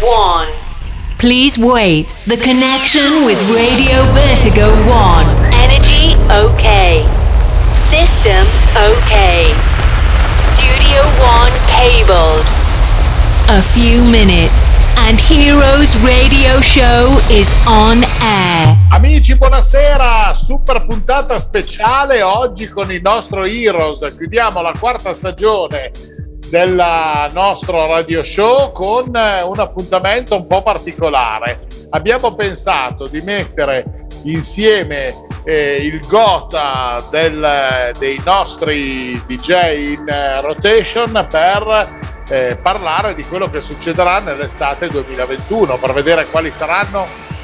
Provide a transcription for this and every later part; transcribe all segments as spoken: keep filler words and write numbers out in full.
One. Please wait. The connection with Radio Vertigo One. Energy okay. System okay. Studio One cabled. A few minutes and Heroes Radio Show is on air. Amici, buonasera, super puntata speciale oggi con il nostro Heroes. Chiudiamo la quarta stagione del nostro radio show con un appuntamento un po' particolare. Abbiamo pensato di mettere insieme eh, il Gotha del, dei nostri D J in rotation per eh, parlare di quello che succederà nell'estate duemilaventuno, per vedere quali saranno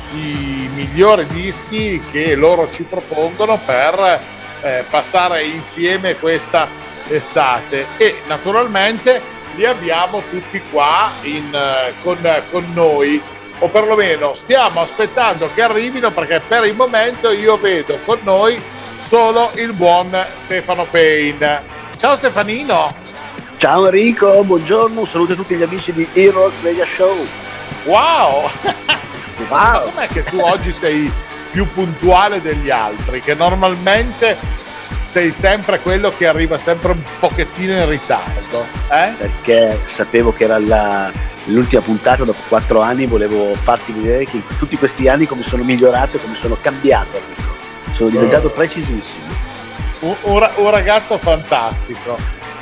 i migliori dischi che loro ci propongono per eh, passare insieme questa estate, e naturalmente li abbiamo tutti qua in, con, con noi, o perlomeno stiamo aspettando che arrivino, perché per il momento io vedo con noi solo il buon Stefano Payne. Ciao Stefanino. Ciao Enrico, buongiorno, un saluto a tutti gli amici di Heroes Radio Show. Wow, wow. Com'è che tu oggi sei più puntuale degli altri, che normalmente sei sempre quello che arriva sempre un pochettino in ritardo, eh? Perché sapevo che era la, l'ultima puntata dopo quattro anni, volevo farti vedere che in tutti questi anni come sono migliorato e come sono cambiato, Enrico. Sono diventato oh. precisissimo. Un, un, un ragazzo fantastico.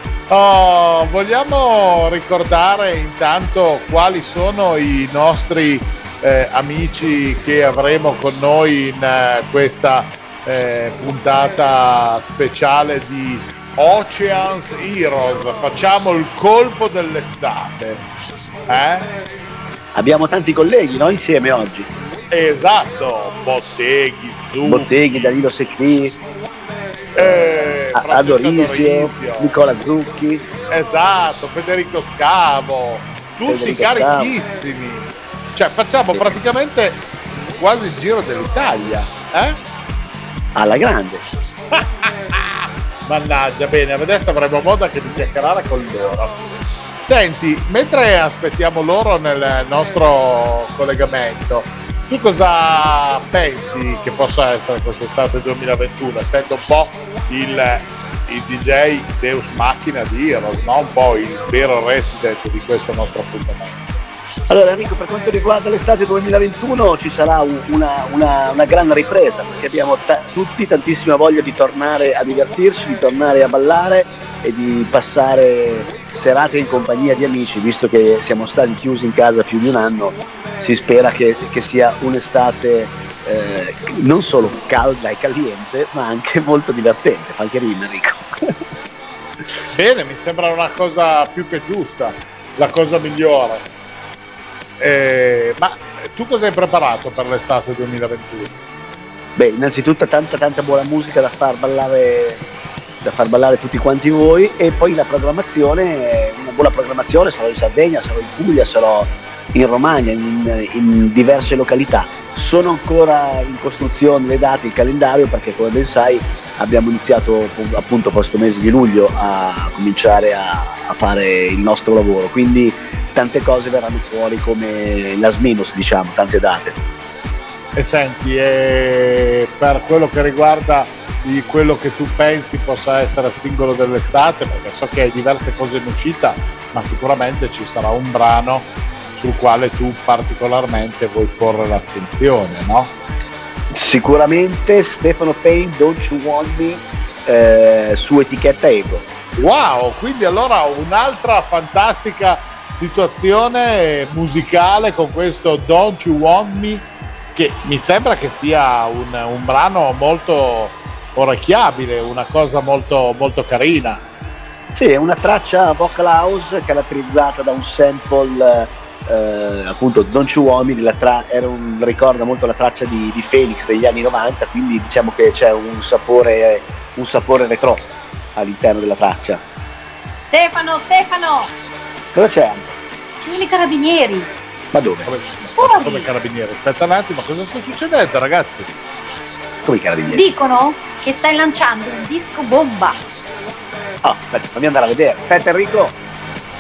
Oh, vogliamo ricordare intanto quali sono i nostri eh, amici che avremo con noi in uh, questa Eh, puntata speciale di Oceans Heroes. Facciamo il colpo dell'estate, eh? Abbiamo tanti colleghi, no? Insieme oggi. Esatto, Botteghi, Zucchi, Botteghi, Danilo Secchi, eh, Adorisio, Nicola Zucchi, esatto, Federico Scavo, tutti Federico carichissimi. Scavo. Cioè facciamo praticamente quasi il giro dell'Italia, eh? Alla grande. Mannaggia, bene, adesso avremo modo anche di chiacchierare con loro. Senti, mentre aspettiamo loro nel nostro collegamento, tu cosa pensi che possa essere quest'estate duemilaventuno, essendo un po' il, il D J Deus Machina di Heroes, no? Un po' il vero resident di questo nostro appuntamento? Allora Enrico, per quanto riguarda l'estate duemilaventuno ci sarà una, una, una gran ripresa, perché abbiamo ta- tutti tantissima voglia di tornare a divertirci, di tornare a ballare e di passare serate in compagnia di amici, visto che siamo stati chiusi in casa più di un anno. Si spera che, che sia un'estate eh, non solo calda e caliente, ma anche molto divertente. Fa anche rima, Enrico. Bene, mi sembra una cosa più che giusta, la cosa migliore. Eh, ma tu cosa hai preparato per l'estate duemilaventuno? Beh, innanzitutto tanta tanta buona musica da far ballare da far ballare tutti quanti voi, e poi la programmazione, una buona programmazione. Sarò in Sardegna, sarò in Puglia, sarò in Romagna, in, in diverse località. Sono ancora in costruzione le date, il calendario, perché come ben sai abbiamo iniziato appunto questo mese di luglio a cominciare a, a fare il nostro lavoro, quindi tante cose verranno fuori come las minus, diciamo, tante date. E senti, e per quello che riguarda di quello che tu pensi possa essere il singolo dell'estate, perché so che hai diverse cose in uscita, ma sicuramente ci sarà un brano sul quale tu particolarmente vuoi porre l'attenzione, no? Sicuramente Stefano Payne, Don't You Want Me, eh, su etichetta Ego. Wow, quindi allora un'altra fantastica situazione musicale con questo Don't You Want Me, che mi sembra che sia un, un brano molto orecchiabile, una cosa molto, molto carina. Sì, è una traccia vocal house caratterizzata da un sample eh, appunto Don't You Want Me, la tra- era un, ricorda molto la traccia di, di Felix degli anni novanta, quindi diciamo che c'è un sapore, un sapore retro all'interno della traccia. Stefano, Stefano! Cosa c'è? Chiudi i carabinieri! Ma dove? Come, come carabinieri? Aspetta un attimo, cosa sta succedendo, ragazzi? Come i carabinieri? Dicono che stai lanciando un disco bomba. Oh, aspetta, fammi andare a vedere. Aspetta Enrico.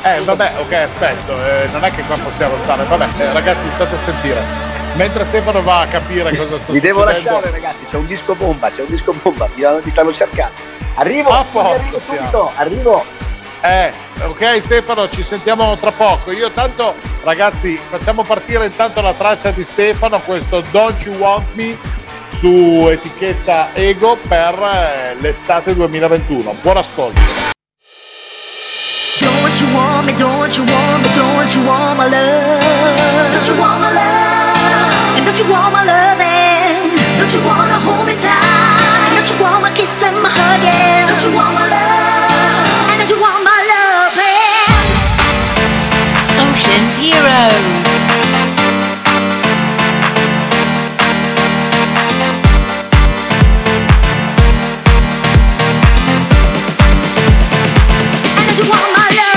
Eh vabbè, ok, aspetto, eh, non è che qua possiamo stare, vabbè, eh, ragazzi, state a sentire. Mentre Stefano va a capire cosa sta Vi succedendo. devo lasciare, ragazzi, c'è un disco bomba, c'è un disco bomba, mi, mi stanno cercando. Arrivo, A posto, arrivo subito, arrivo. Eh, ok Stefano, ci sentiamo tra poco. Io tanto, ragazzi, facciamo partire intanto la traccia di Stefano, questo Don't You Want Me su etichetta Ego per eh, l'estate duemilaventuno. Buon ascolto. Don't you want me, don't you want me, don't you want my love? Don't you want my love? And don't you want my loving? Don't you wanna hold me tight? Don't you want my kiss and my hugging? Don't you want my love? And don't you want my loving? Ocean's Heroes. And don't you want my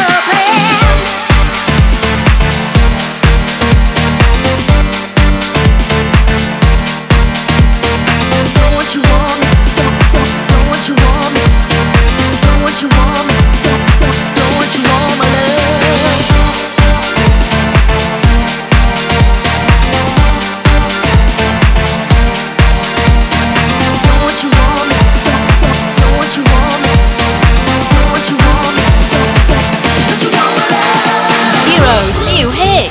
New hit.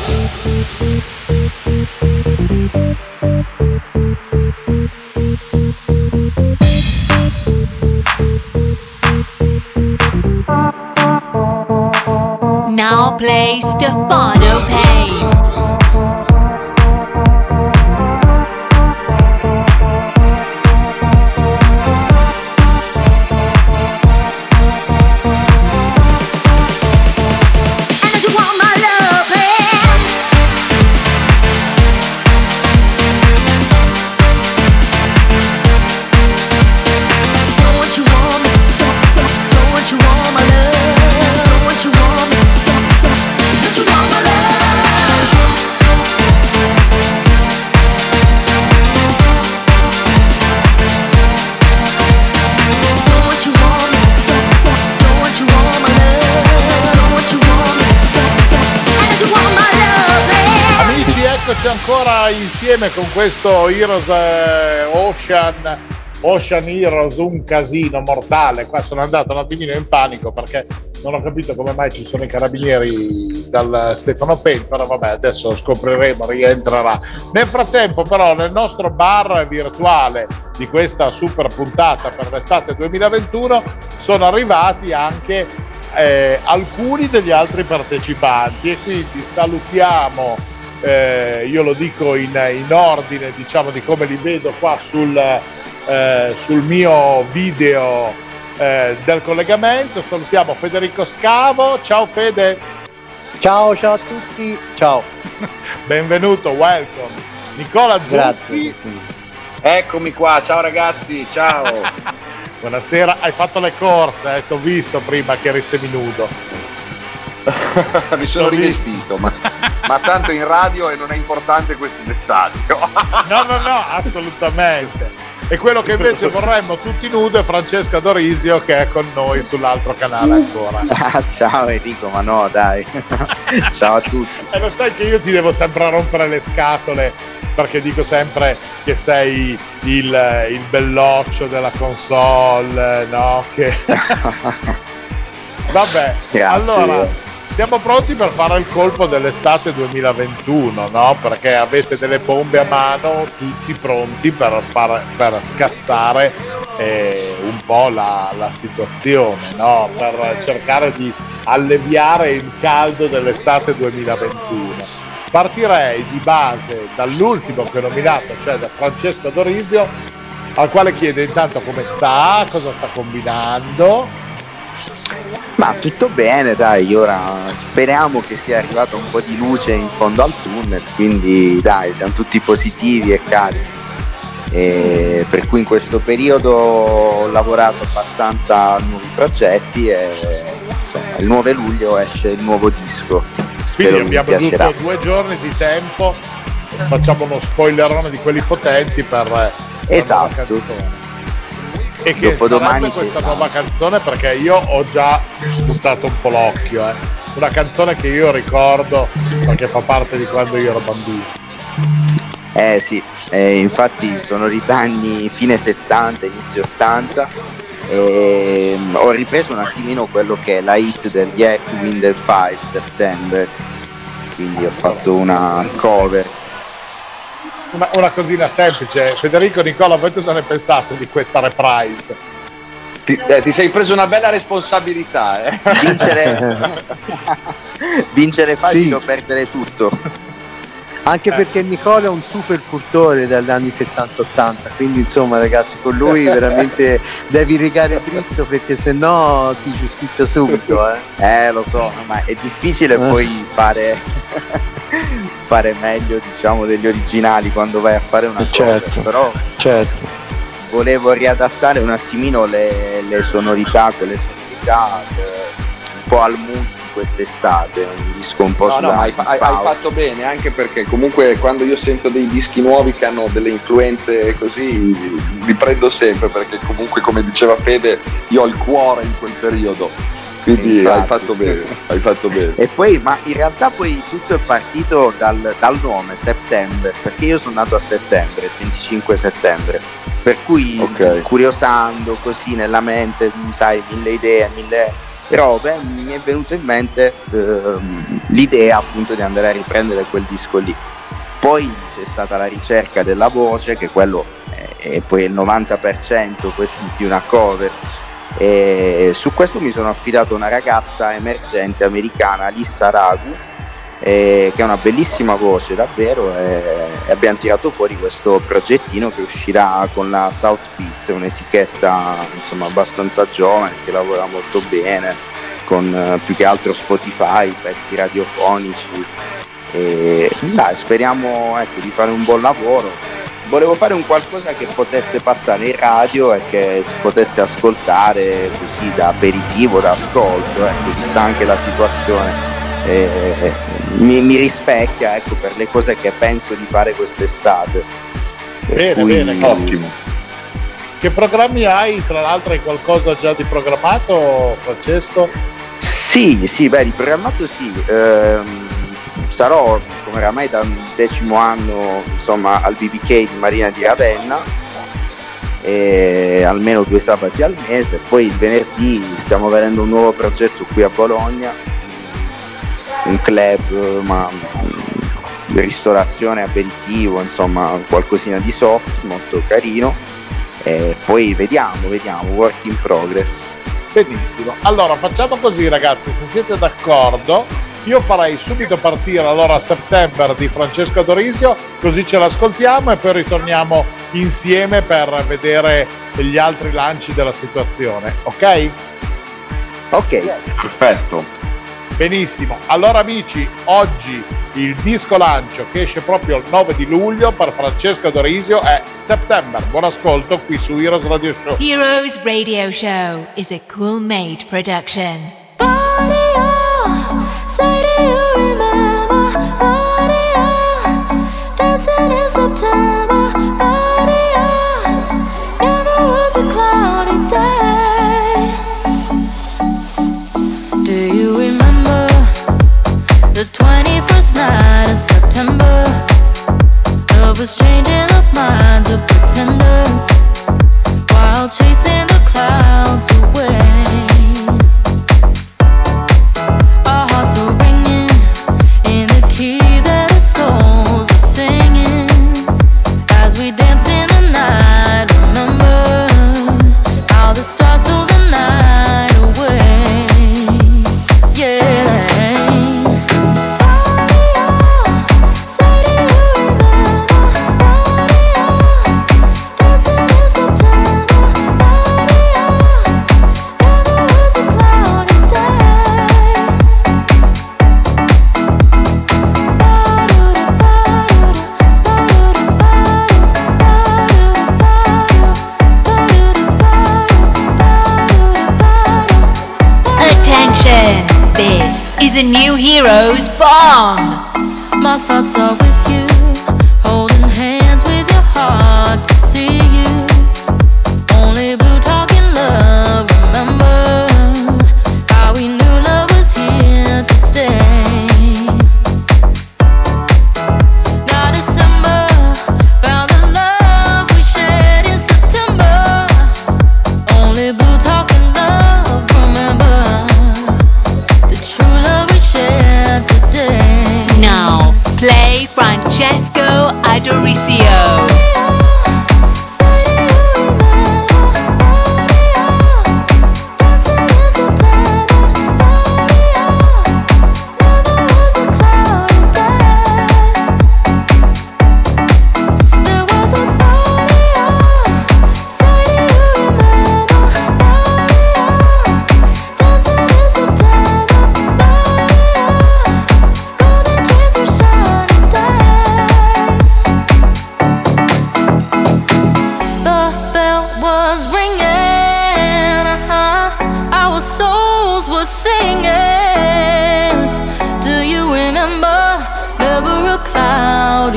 Now play Stefano Payne. Eccoci ancora insieme con questo Heroes eh, Ocean Ocean Heroes, un casino mortale. Qua sono andato un attimino in panico perché non ho capito come mai ci sono i carabinieri dal Stefano Payne, però vabbè, adesso lo scopriremo, rientrerà. Nel frattempo però nel nostro bar virtuale di questa super puntata per l'estate duemilaventuno sono arrivati anche eh, alcuni degli altri partecipanti e quindi salutiamo. Eh, io lo dico in, in ordine, diciamo, di come li vedo qua sul, eh, sul mio video eh, del collegamento. Salutiamo Federico Scavo. Ciao Fede. Ciao, ciao a tutti. Ciao. Benvenuto, welcome. Nicola Zuzzi. Grazie. Eccomi qua, ciao ragazzi, ciao. Buonasera, hai fatto le corse, eh? Ti ho visto prima che eri seminudo. Mi sono rivestito, ma, ma tanto in radio e non è importante questo dettaglio. No, no, no, assolutamente. E quello che invece vorremmo tutti nudo è Francesco Dorisio, che è con noi sull'altro canale ancora. Ah, ciao Enrico, ma no dai. Ciao a tutti. E lo sai che io ti devo sempre rompere le scatole perché dico sempre che sei il, il belloccio della console, no? Che... Vabbè, Grazie. Allora siamo pronti per fare il colpo dell'estate duemilaventuno, no? Perché avete delle bombe a mano, tutti pronti per, far, per scassare eh, un po' la, la situazione, no? Per cercare di alleviare il caldo dell'estate duemilaventuno. Partirei di base dall'ultimo che ho nominato, cioè da Francesco Dorisio, al quale chiedo intanto come sta, cosa sta combinando. Ma tutto bene, dai, ora speriamo che sia arrivata un po' di luce in fondo al tunnel, quindi dai, siamo tutti positivi e carichi. E per cui in questo periodo ho lavorato abbastanza a nuovi progetti e insomma il nove luglio esce il nuovo disco. Quindi abbiamo giusto due giorni di tempo, facciamo uno spoilerone di quelli potenti per esatto. E che dopo sarebbe domani questa sì, nuova canzone, perché io ho già buttato un po' l'occhio, eh. una canzone che io ricordo perché fa parte di quando io ero bambino. Eh sì, eh, infatti sonorità anni fine settanta, inizio ottanta, e ho ripreso un attimino quello che è la hit degli Earth, Wind and Fire, September, quindi ho fatto una cover. Una, una cosina semplice. Federico, Nicola, voi cosa ne pensate di questa reprise? Ti, eh, ti sei preso una bella responsabilità, eh? Vincere, vincere facile Sì. o perdere tutto. Anche Eh. perché Nicola è un super cultore dagli anni settanta ottanta, quindi insomma ragazzi, con lui veramente devi rigare dritto perché sennò ti giustizia subito, eh. Eh lo so, ma è difficile poi fare fare meglio, diciamo, degli originali quando vai a fare una cosa, Certo. però Certo. volevo riadattare un attimino le, le sonorità, quelle sonorità eh, un po' al mood di quest'estate, un disco un po' No, no, sulla ma hai, hai- hai fatto bene, anche perché comunque quando io sento dei dischi nuovi che hanno delle influenze così, li prendo sempre, perché comunque, come diceva Fede, io ho il cuore in quel periodo, quindi Infatti. hai fatto bene, hai fatto bene. E poi, ma in realtà poi tutto è partito dal, dal nome, September, perché io sono nato a settembre, il venticinque settembre, per cui Ok. curiosando così nella mente, sai, mille idee, mille robe, mi è venuto in mente ehm, l'idea appunto di andare a riprendere quel disco lì. Poi c'è stata la ricerca della voce, che quello è, è poi il novanta per cento questo di una cover, e su questo mi sono affidato a una ragazza emergente americana, Lissa Ragu, eh, che ha una bellissima voce davvero, e, e abbiamo tirato fuori questo progettino che uscirà con la South Beat, un'etichetta insomma abbastanza giovane che lavora molto bene con eh, più che altro Spotify, pezzi radiofonici, e dai, speriamo, ecco, di fare un buon lavoro. Volevo fare un qualcosa che potesse passare in radio e che si potesse ascoltare così da aperitivo, da ascolto, ecco, vista anche la situazione. Eh, mi, mi rispecchia, ecco, per le cose che penso di fare quest'estate. Per Bene, cui- bene, Ottimo. Che programmi hai? Tra l'altro hai qualcosa già di programmato, Francesco? Sì, sì, beh, riprogrammato sì. Ehm, sarò, come oramai da un decimo anno, insomma, al B B K di Marina di Ravenna, e almeno due sabati al mese. Poi il venerdì stiamo vedendo un nuovo progetto qui a Bologna, un club, ma mm, ristorazione, aperitivo, insomma, qualcosina di soft, molto carino. E poi vediamo, vediamo, work in progress. Benissimo. Allora facciamo così, ragazzi, se siete d'accordo, io farei subito partire allora September di Francesco Dorisio, così ce l'ascoltiamo e poi ritorniamo insieme per vedere gli altri lanci della situazione, ok? Ok, Perfetto. Benissimo. Allora amici, oggi il disco lancio che esce proprio il nove di luglio per Francesco Dorisio è September. Buon ascolto qui su Heroes Radio Show. Heroes Radio Show is a Cool Made production. Say, do you remember? Body, dancing in September. Body, never was a cloudy day. Do you remember the twenty-first night of September? Love was changing the minds of pretenders while chasing the clouds away. Our hearts are ringing in the key that our souls are singing as we dance in the night. Remember how the stars stole the night away. Yeah. Say, do you remember? Dancing in September. Never was a cloudy day. Attention! This is a new Heroes bomb! My thoughts are with you, holding hands with your heart to see you. Only blue talking love, remember how we knew love was here to stay.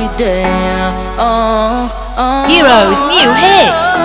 every day. Oh, oh. Heroes new hit.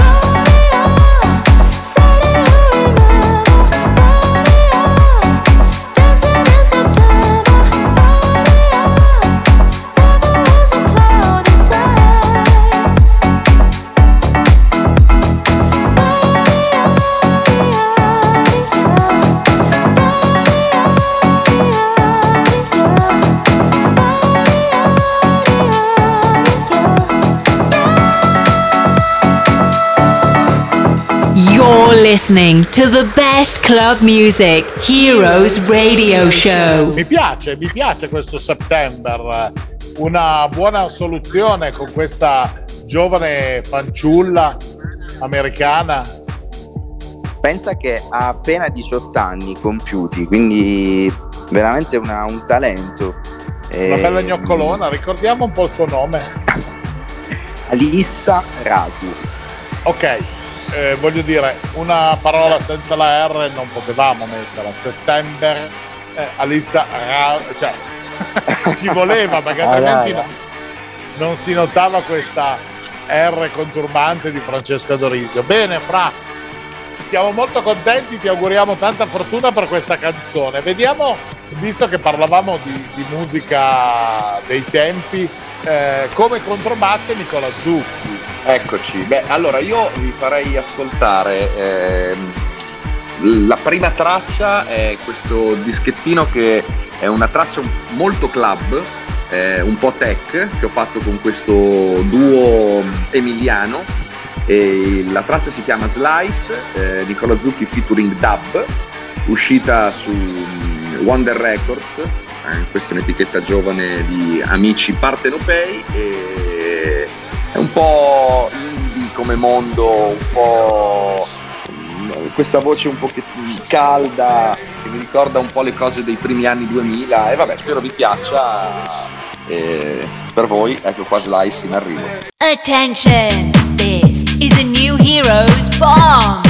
You're listening to the best club music, Heroes Radio Show. Mi piace, mi piace questo September, una buona soluzione con questa giovane fanciulla americana. Pensa che ha appena diciotto anni compiuti, quindi veramente una, un talento. Una bella gnoccolona, ricordiamo un po' il suo nome. Alissa Radu. Ok. Eh, voglio dire, una parola senza la R non potevamo metterla. September, eh, Alissa, cioè ci voleva, perché altrimenti non, non si notava questa R conturbante di Francesca Dorisio. Bene, Fra, siamo molto contenti, ti auguriamo tanta fortuna per questa canzone. Vediamo, visto che parlavamo di, di musica dei tempi, eh, come controbatte Nicola Zucchi. Eccoci, beh, allora io vi farei ascoltare ehm, la prima traccia, è questo dischettino che è una traccia molto club, eh, un po' tech, che ho fatto con questo duo emiliano, e la traccia si chiama Slice, eh, Nicola Zucchi featuring Dub, uscita su Wonder Records, eh, questa è un'etichetta giovane di amici partenopei, e è un po' indie come mondo, un po' questa voce un po' calda che mi ricorda un po' le cose dei primi anni duemila, e vabbè, spero vi piaccia, e per voi ecco qua Slice in arrivo. Attention, this is a new Heroes bomb.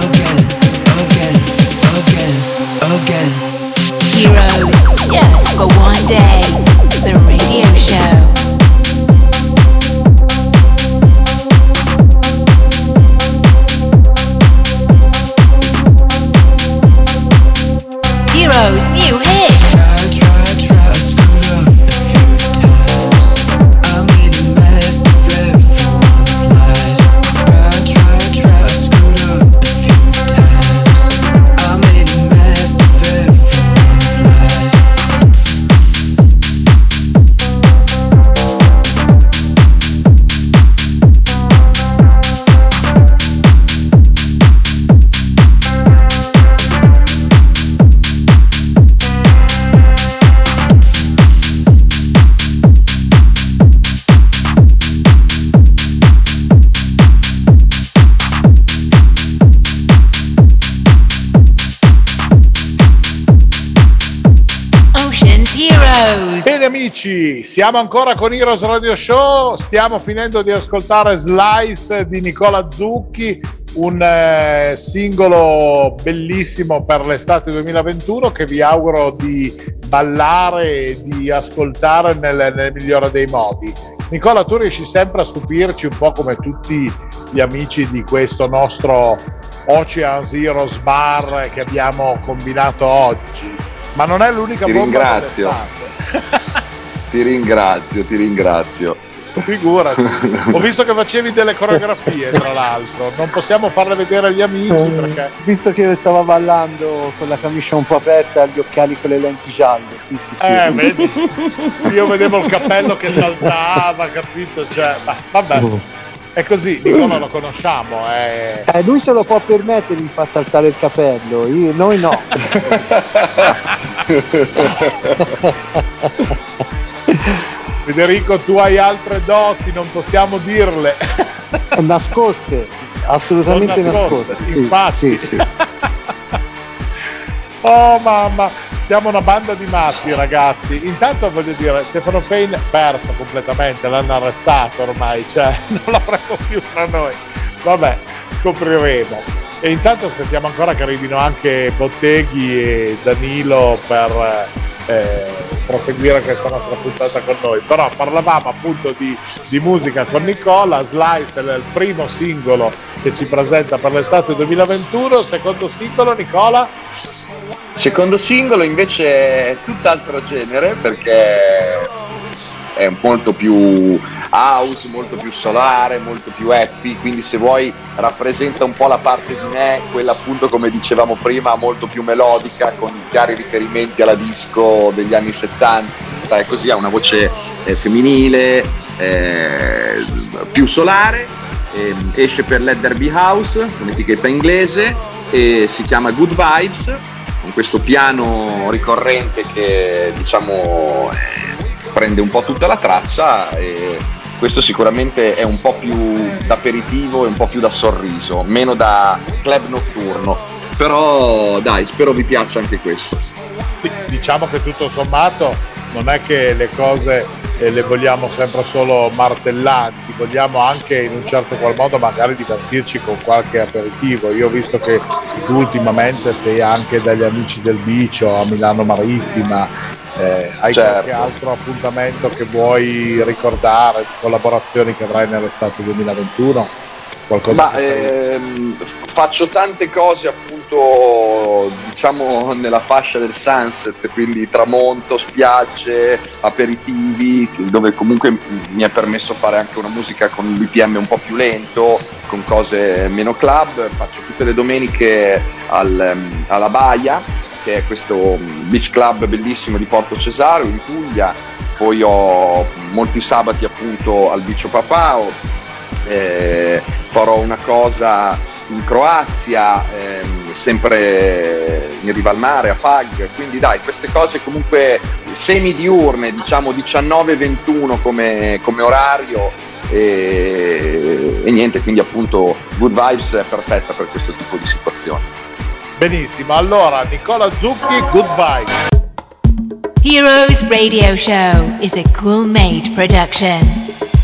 Heroes, yes, but amici, siamo ancora con Heroes Radio Show, stiamo finendo di ascoltare Slice di Nicola Zucchi, un eh, singolo bellissimo per l'estate duemilaventuno che vi auguro di ballare e di ascoltare nel, nel migliore dei modi. Nicola, tu riesci sempre a stupirci un po' come tutti gli amici di questo nostro Ocean's Heroes Bar che abbiamo combinato oggi, ma non è l'unica ti bomba ringrazio. ti ringrazio, ti ringrazio. Figurati, ho visto che facevi delle coreografie tra l'altro, non possiamo farle vedere agli amici perché... Visto che stava ballando con la camicia un po' aperta, gli occhiali con le lenti gialle, sì sì sì. Eh, vedi, io vedevo il cappello che saltava, capito? Cioè, ma, vabbè, è così, Nicola lo conosciamo. È... Eh, lui se lo può permettere di far saltare il capello, io, noi no. Federico, tu hai altre doti, non possiamo dirle. Nascoste, assolutamente non nascoste. nascoste. Infatti. Sì, sì. Oh mamma, siamo una banda di matti, ragazzi. Intanto voglio dire, Stefano Payne perso completamente, l'hanno arrestato ormai, cioè non l'avremo più tra noi. Vabbè, scopriremo. E intanto aspettiamo ancora che arrivino anche Botteghi e Danilo per eh, proseguire questa nostra puntata con noi. Però parlavamo appunto di, di musica con Nicola. Slice è il primo singolo che ci presenta per l'estate duemilaventuno. Secondo singolo, Nicola? Secondo singolo invece è tutt'altro genere, perché è molto più house, molto più solare, molto più happy, quindi se vuoi rappresenta un po' la parte di me, quella appunto come dicevamo prima, molto più melodica, con chiari riferimenti alla disco degli anni settanta e così, ha una voce eh, femminile, eh, più solare, eh, esce per Let There Be House, un'etichetta inglese, e si chiama Good Vibes, con questo piano ricorrente che diciamo eh, prende un po' tutta la traccia, e questo sicuramente è un po' più d'aperitivo e un po' più da sorriso, meno da club notturno, però dai, spero vi piaccia anche questo. Sì, diciamo che tutto sommato non è che le cose eh, le vogliamo sempre solo martellanti, vogliamo anche in un certo qual modo magari divertirci con qualche aperitivo. Io ho visto che tu ultimamente sei anche dagli amici del Bicio a Milano Marittima. Eh, hai certo. qualche altro appuntamento che vuoi ricordare, collaborazioni che avrai nell'estate duemilaventuno? Qualcosa Ma ehm, faccio tante cose appunto diciamo nella fascia del sunset, quindi tramonto, spiagge, aperitivi, dove comunque mi è permesso fare anche una musica con un B P M un po' più lento, con cose meno club. Faccio tutte le domeniche al, alla Baia, che è questo beach club bellissimo di Porto Cesaro in Puglia, poi ho molti sabati appunto al Bicio Papao, eh, farò una cosa in Croazia, ehm, sempre in riva al mare, a Pag, quindi dai, queste cose comunque semidiurne, diciamo diciannove ventuno come, come orario, e, e niente, quindi appunto Good Vibes è perfetta per questo tipo di situazioni. Benissimo, allora Nicola Zucchi, Good Vibes. Heroes Radio Show is a Cool Made production.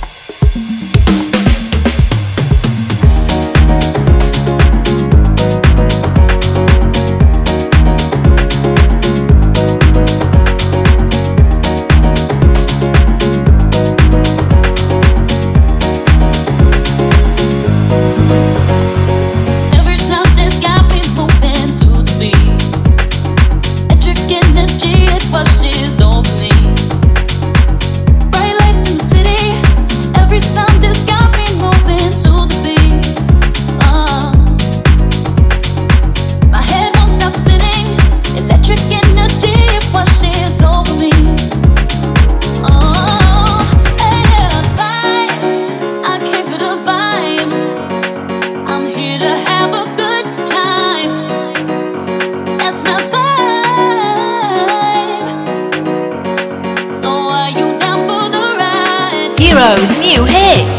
Heroes' new hit.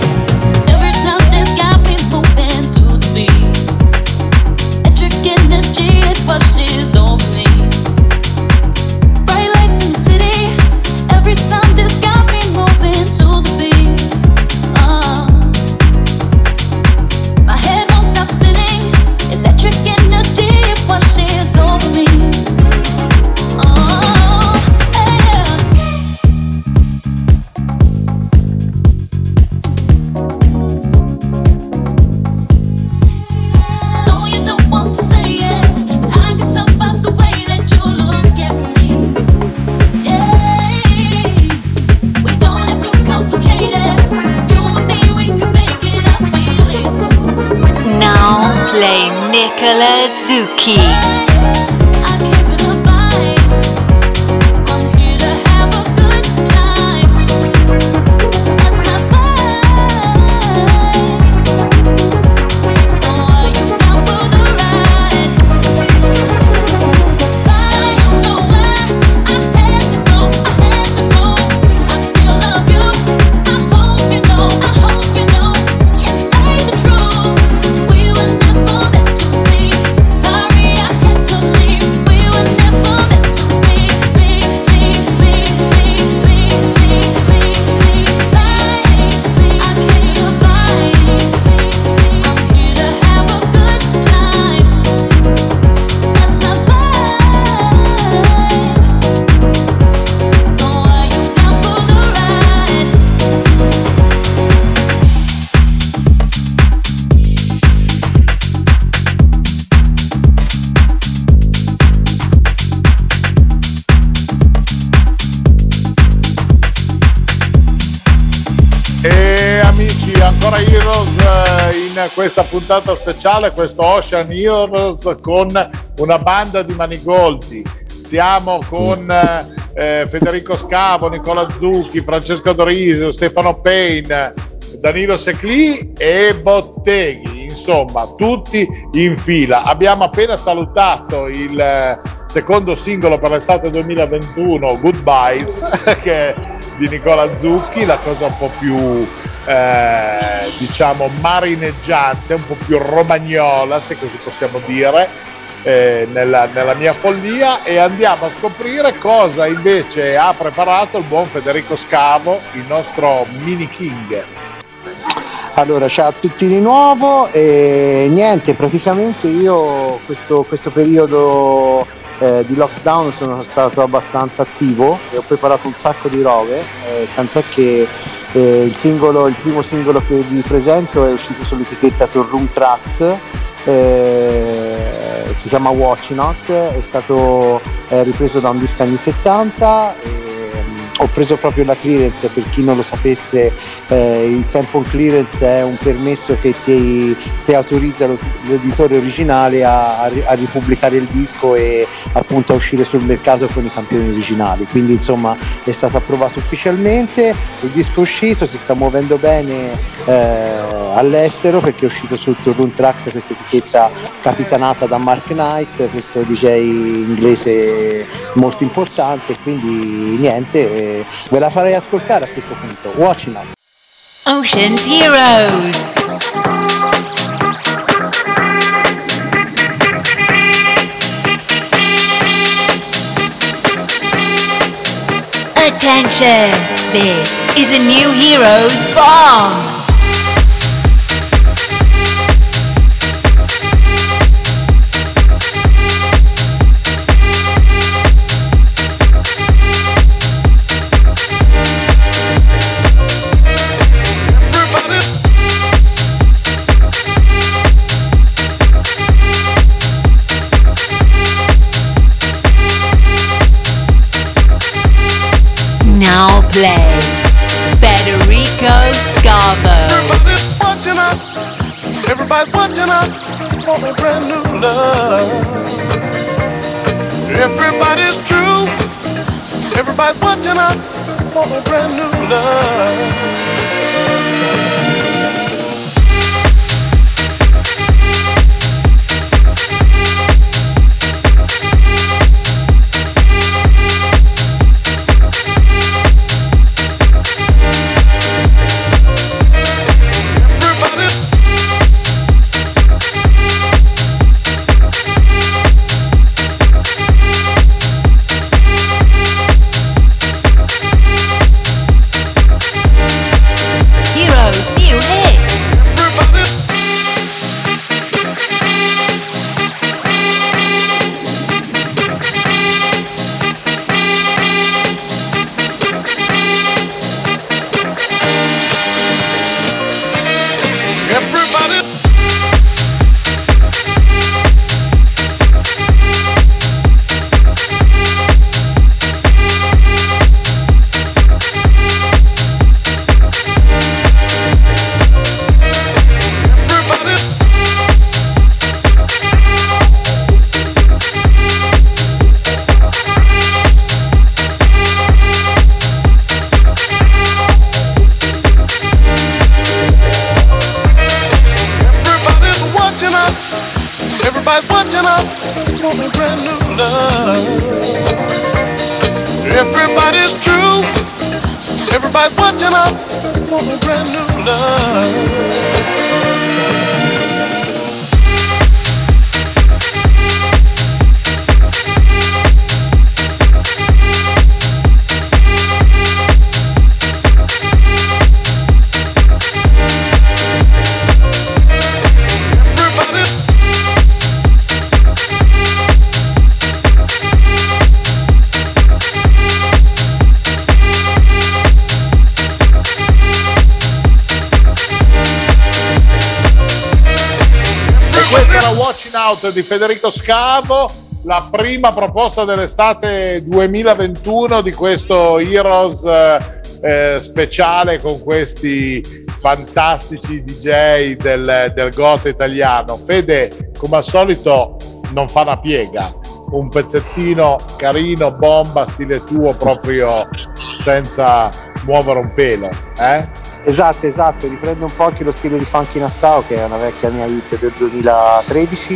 Every Nicola Zucchi. Ancora Heroes in questa puntata speciale, questo Ocean Heroes con una banda di manigoldi. Siamo con eh, Federico Scavo, Nicola Zucchi, Francesco Dorisio, Stefano Payne, Danilo Seclì e Botteghi, insomma tutti in fila. Abbiamo appena salutato il secondo singolo per l'estate duemilaventuno, Goodbyes, che è di Nicola Zucchi, la cosa un po' più eh, diciamo marineggiante, un po' più romagnola, se così possiamo dire, eh, nella, nella mia follia. E andiamo a scoprire cosa invece ha preparato il buon Federico Scavo, il nostro mini king. Allora, ciao a tutti di nuovo e niente, praticamente io questo, questo periodo eh, di lockdown sono stato abbastanza attivo e ho preparato un sacco di robe, eh, tant'è che eh, il singolo, il primo singolo che vi presento è uscito sull'etichetta Turrum Tracks, eh, si chiama Watch Not, è stato eh, ripreso da un disco anni settanta. E, ho preso proprio la clearance, per chi non lo sapesse, eh, il sample clearance è un permesso che ti, ti autorizza lo, l'editore originale a, a, a ripubblicare il disco e appunto a uscire sul mercato con i campioni originali, quindi insomma è stato approvato ufficialmente, il disco è uscito, si sta muovendo bene eh, all'estero perché è uscito su Turrum Tracks, questa etichetta capitanata da Mark Knight, questo D J inglese molto importante, quindi niente, ve la farei ascoltare a questo punto. Watching Up. Ocean's Heroes. Attention! This is a new Heroes bomb! Now play Federico Scavo. Everybody's watching up, everybody's watching up for a brand new love. Everybody's true, everybody's watching up for a brand new love. up, want a brand new love. Everybody's true, everybody's watching up, want a brand new love. Questa era Watching Out di Federico Scavo, la prima proposta dell'estate duemilaventuno di questo Heroes eh, speciale con questi fantastici D J del, del goth italiano. Fede, come al solito, non fa una piega, un pezzettino carino, bomba, stile tuo, proprio senza muovere un pelo, eh? Esatto, esatto, riprendo un po' anche lo stile di Funky Nassau, che è una vecchia mia hit del duemilatredici,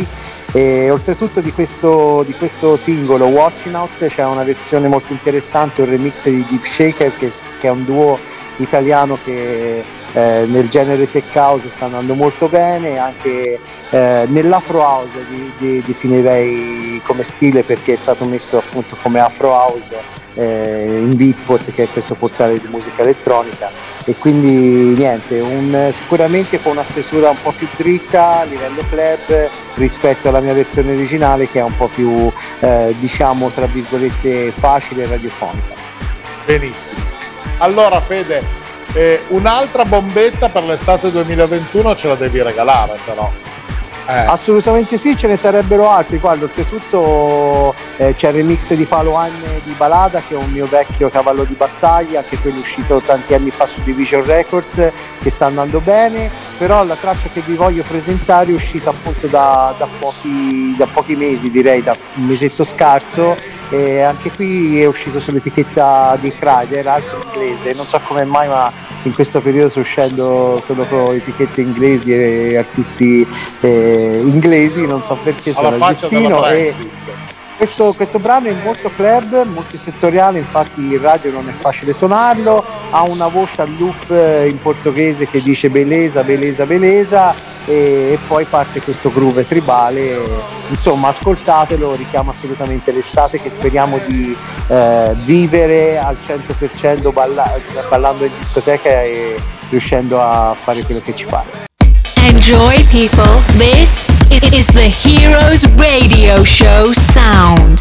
e oltretutto di questo, di questo singolo Watching Out c'è una versione molto interessante, un remix di Deep Shaker, che, che è un duo italiano che eh, nel genere tech house sta andando molto bene, anche eh, nell'afro house di, di, definirei come stile, perché è stato messo appunto come afro house eh, in Beatport, che è questo portale di musica elettronica, e quindi niente, un, sicuramente con una stesura un po' più dritta a livello club rispetto alla mia versione originale, che è un po' più eh, diciamo tra virgolette facile e radiofonica. Benissimo. Allora Fede, eh, un'altra bombetta per l'estate duemilaventuno ce la devi regalare però. Eh. Assolutamente sì, ce ne sarebbero altri. Guarda, oltretutto eh, c'è il remix di Palo Anne di Balada, che è un mio vecchio cavallo di battaglia, anche quello uscito tanti anni fa su Division Records, che sta andando bene. Però la traccia che vi voglio presentare è uscita appunto da, da, pochi, da pochi mesi, direi da un mesetto scarso, e anche qui è uscito sull'etichetta di Crider, altro inglese. Non so come mai, ma in questo periodo sto uscendo solo con etichette inglesi e artisti eh, inglesi, non so perché, sono il destino. E questo, questo brano è molto club, molto settoriale, infatti in radio non è facile suonarlo, ha una voce a loop in portoghese che dice beleza, beleza, beleza, e, e poi parte questo groove tribale. Insomma, ascoltatelo, richiama assolutamente l'estate, che speriamo di eh, vivere al cento per cento balla- ballando in discoteca e riuscendo a fare quello che ci pare. Enjoy, people. This is the Heroes Radio Show sound.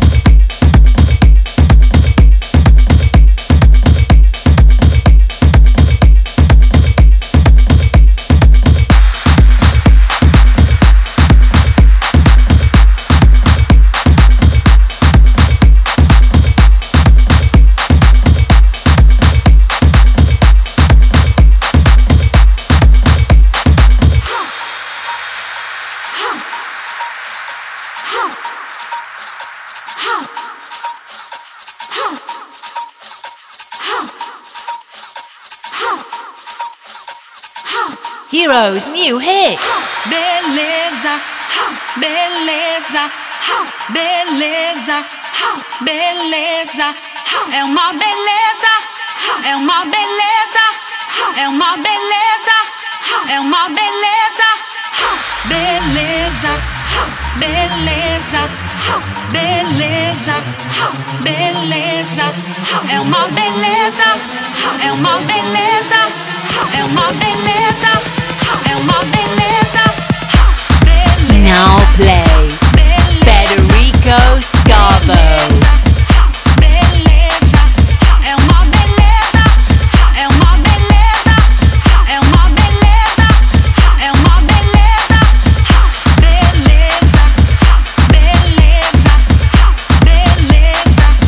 Heroes new hit. Beleza, beleza, beleza, beleza, é uma beleza, é uma beleza, é uma beleza, é uma beleza, beleza, beleza, beleza, beleza, é uma beleza, é uma beleza, é uma beleza, é uma beleza. Now play Federico Scavo.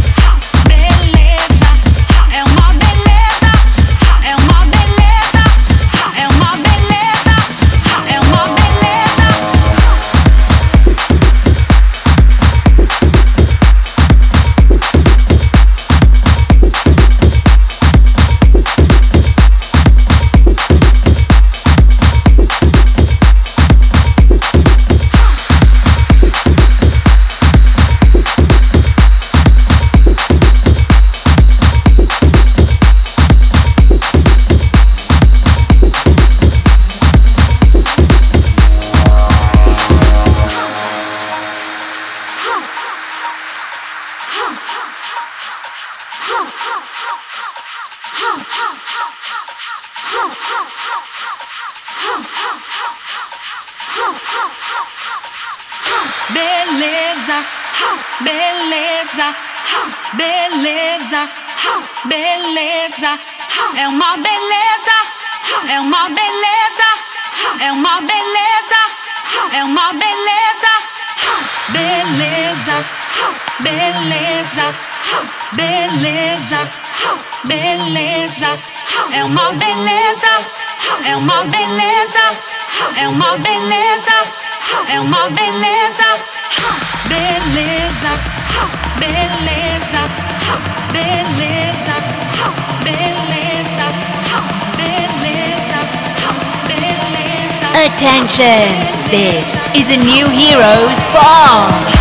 É uma beleza, Beleza, beleza, beleza, beleza. É uma beleza, é uma beleza, é uma beleza, é uma beleza. Beleza, beleza, beleza, beleza. É uma beleza, é uma beleza, é uma beleza, é uma beleza. Beleza, beleza, beleza, beleza, beleza, beleza. Attention! This is a new Heroes Bomb!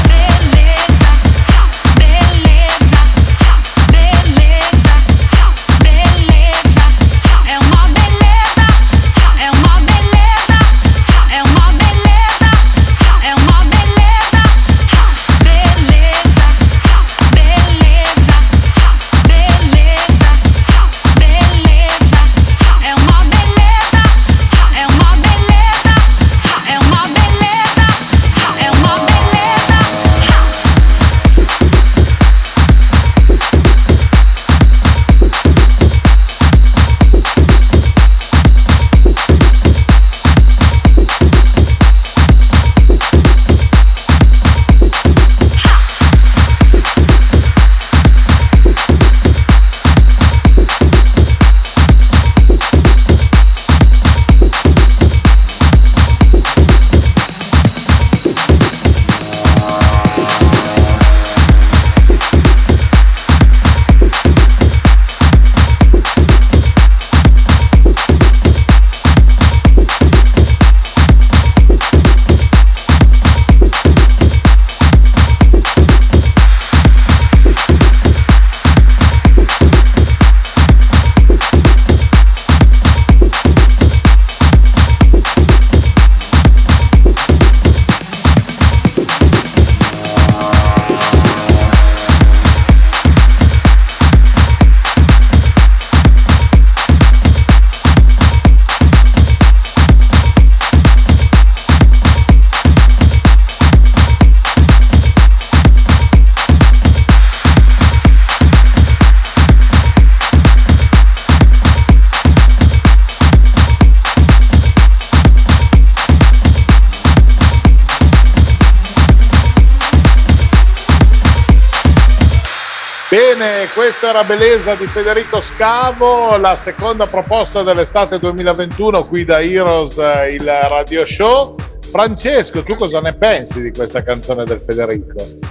Bene, questa era Beleza di Federico Scavo, la seconda proposta dell'estate duemilaventuno qui da Heroes, il radio show. Francesco, tu cosa ne pensi di questa canzone del Federico?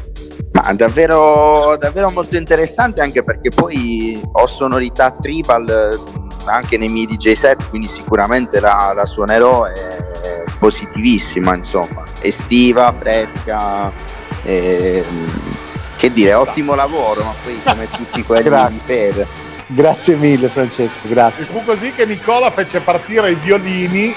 Ma davvero, davvero molto interessante, anche perché poi ho sonorità tribal anche nei miei D J set, quindi sicuramente la, la suonerò, è positivissima, insomma, estiva, fresca, e, che dire, ottimo lavoro, ma poi come tutti quelli di Fede. Grazie mille Francesco, grazie. E fu così che Nicola fece partire i violini.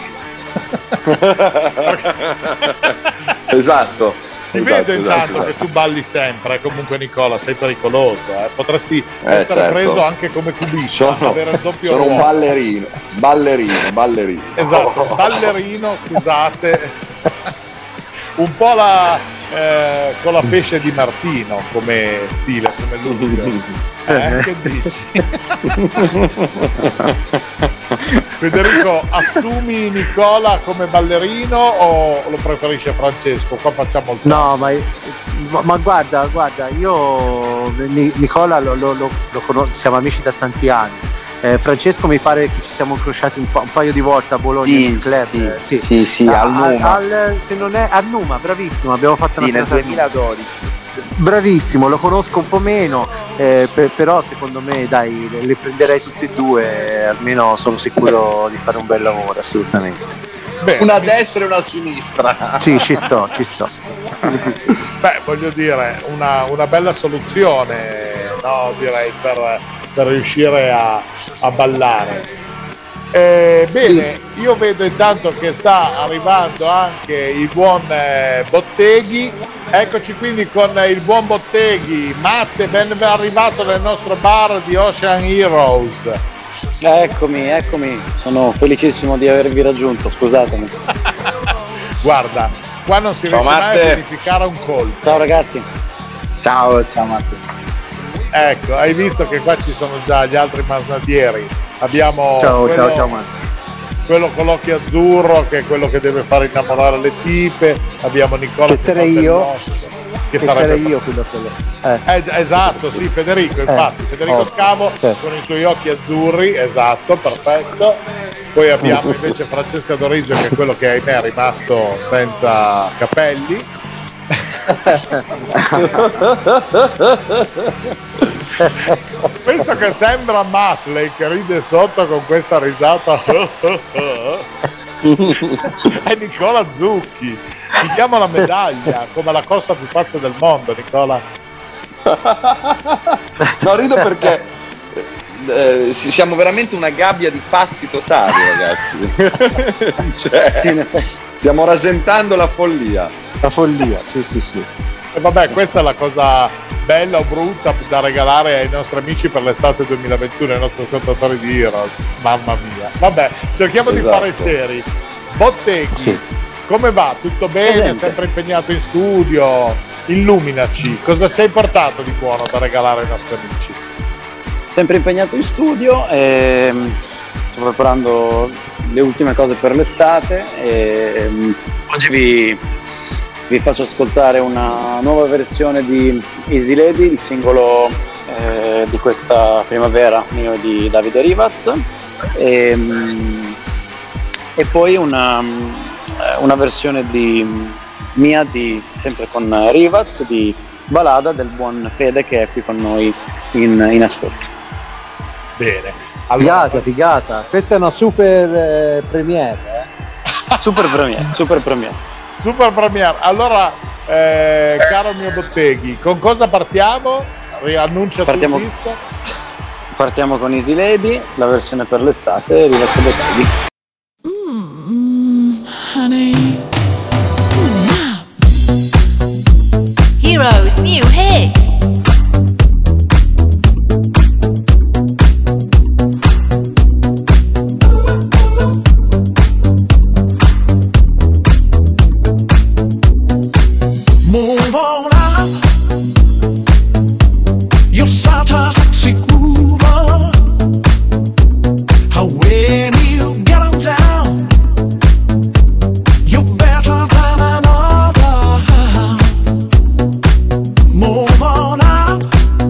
Esatto. Ti esatto, vedo intanto esatto, che esatto. tu balli sempre, comunque Nicola sei pericoloso, eh? Potresti Eh, essere certo. preso anche come cubista, Sono, avere il doppio sono un ruolo. ballerino, ballerino, ballerino. Esatto, ballerino, scusate, un po' la, eh, con la pesce di Martino come stile, come look. Eh, che dici? Federico, assumi Nicola come ballerino o lo preferisce Francesco? Qua facciamo il No, ma, ma, ma guarda, guarda, io Ni- Nicola lo, lo, lo, lo conosco, siamo amici da tanti anni. Eh, Francesco mi pare che ci siamo incrociati un, po', un paio di volte a Bologna Sì, nel club. sì, eh, sì, sì, sì, A- al Numa. al- se non è a Numa, bravissimo, abbiamo fatto Sì, una nel serata- duemiladodici. Bravissimo, lo conosco un po' meno, eh, per- però secondo me dai, le prenderei tutte e due, eh, almeno sono sicuro di fare un bel lavoro, assolutamente. Bene, Una a mi- destra e una a sinistra. Sì, ci sto, ci sto. Beh, voglio dire, una, una bella soluzione, no, direi, per, per riuscire a, a ballare. Eh, bene, io vedo intanto che sta arrivando anche il buon eh, Botteghi. Eccoci quindi con il buon Botteghi. Matte, ben arrivato nel nostro bar di Ocean Heroes. Eccomi, eccomi, sono felicissimo di avervi raggiunto, scusatemi. Guarda, qua non si Ciao, riesce mai Matte. a verificare un colpo. Ciao ragazzi. Ciao, ciao Matteo. Ecco, hai visto che qua ci sono già gli altri masnadieri. Abbiamo Ciao, quello, ciao, ciao Matteo. quello con l'occhio azzurro, che è quello che deve fare innamorare le tipe. Abbiamo Nicola Che sarei porta il io. nostro, che Che sarebbe sarei io quello quello. Eh. Eh, esatto, sì, Federico, infatti, Federico Oh, Scavo sì. con i suoi occhi azzurri, esatto, perfetto. Poi abbiamo invece Francesca Dorigio, che è quello che ahimè è rimasto senza capelli. Questo che sembra Matley, che ride sotto con questa risata è Nicola Zucchi. Gli diamo la medaglia come la cosa più pazza del mondo, Nicola. No, rido perché eh, siamo veramente una gabbia di pazzi totali, ragazzi. Cioè, stiamo rasentando la follia. La follia, sì, sì, sì. E vabbè, questa è la cosa bella o brutta da regalare ai nostri amici per l'estate duemilaventuno, ai nostri ascoltatori di Heroes. Mamma mia. Vabbè, cerchiamo Esatto. di fare seri. Botteghi, Sì. come va? Tutto bene? Presente. Sempre impegnato in studio? Illuminaci, cosa ci hai portato di buono da regalare ai nostri amici? Sempre impegnato in studio, e sto preparando le ultime cose per l'estate e oggi vi, vi faccio ascoltare una nuova versione di Easy Lady, il singolo eh, di questa primavera mio e di Davide Rivaz, e, e poi una, una versione di mia di, sempre con Rivaz, di Balada del buon Fede, che è qui con noi in, in ascolto. Bene, Figata, allora, figata. Questa è una super eh, premiere. Eh? Super premiere, super premiere. super premiere. Allora, eh, caro mio Botteghi, con cosa partiamo? Riannuncia Partiamo- il disco. Partiamo con Easy Lady, la versione per l'estate, Rivaz e Botteghi. Heroes new hit. Move on up. You're such a sexy groover. When you get on down, you're better than another. Move on up.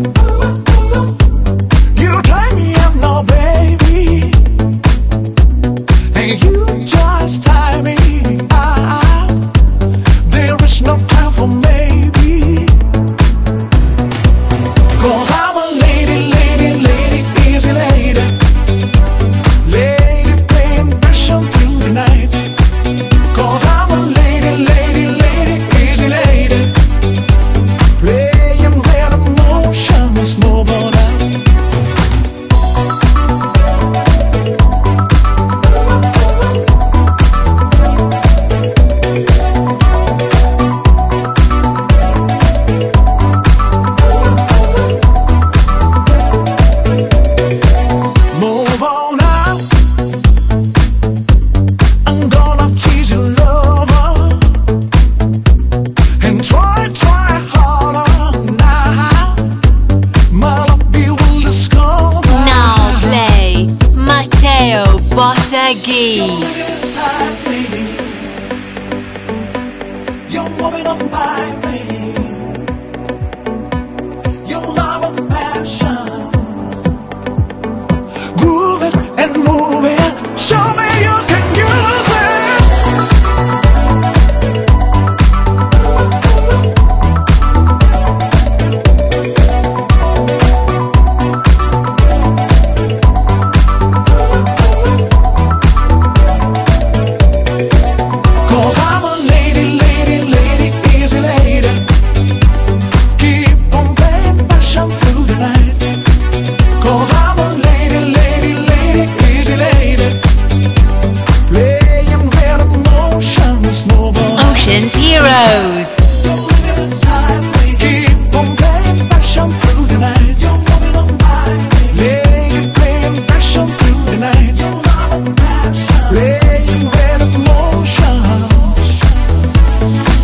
You take me in now, baby, and you just tie me up. There is no time for maybe, 'cause I'm a lady, lady, lady, easy lady. Lady paying passion through the night. 'Cause I'm a lady, lady, lady, easy lady. Playing where the motion is moving up. Move on out. I'm gonna tease your lover and try, try harder now. My love you will discover. Now play Matteo Botteghi. Inside me, you're moving on by me. Your love and passion, groove it and move it. Show me you can use it. Cause I'm a lady, lady, lady, easy lady. Keep on playing passion through the night. Cause I'm a lady, lady, lady, easy lady. Playing where the motion is moving. Ocean's Heroes. Keep on playing passion through the night. Lady playing passion through the night. Playing where the motion.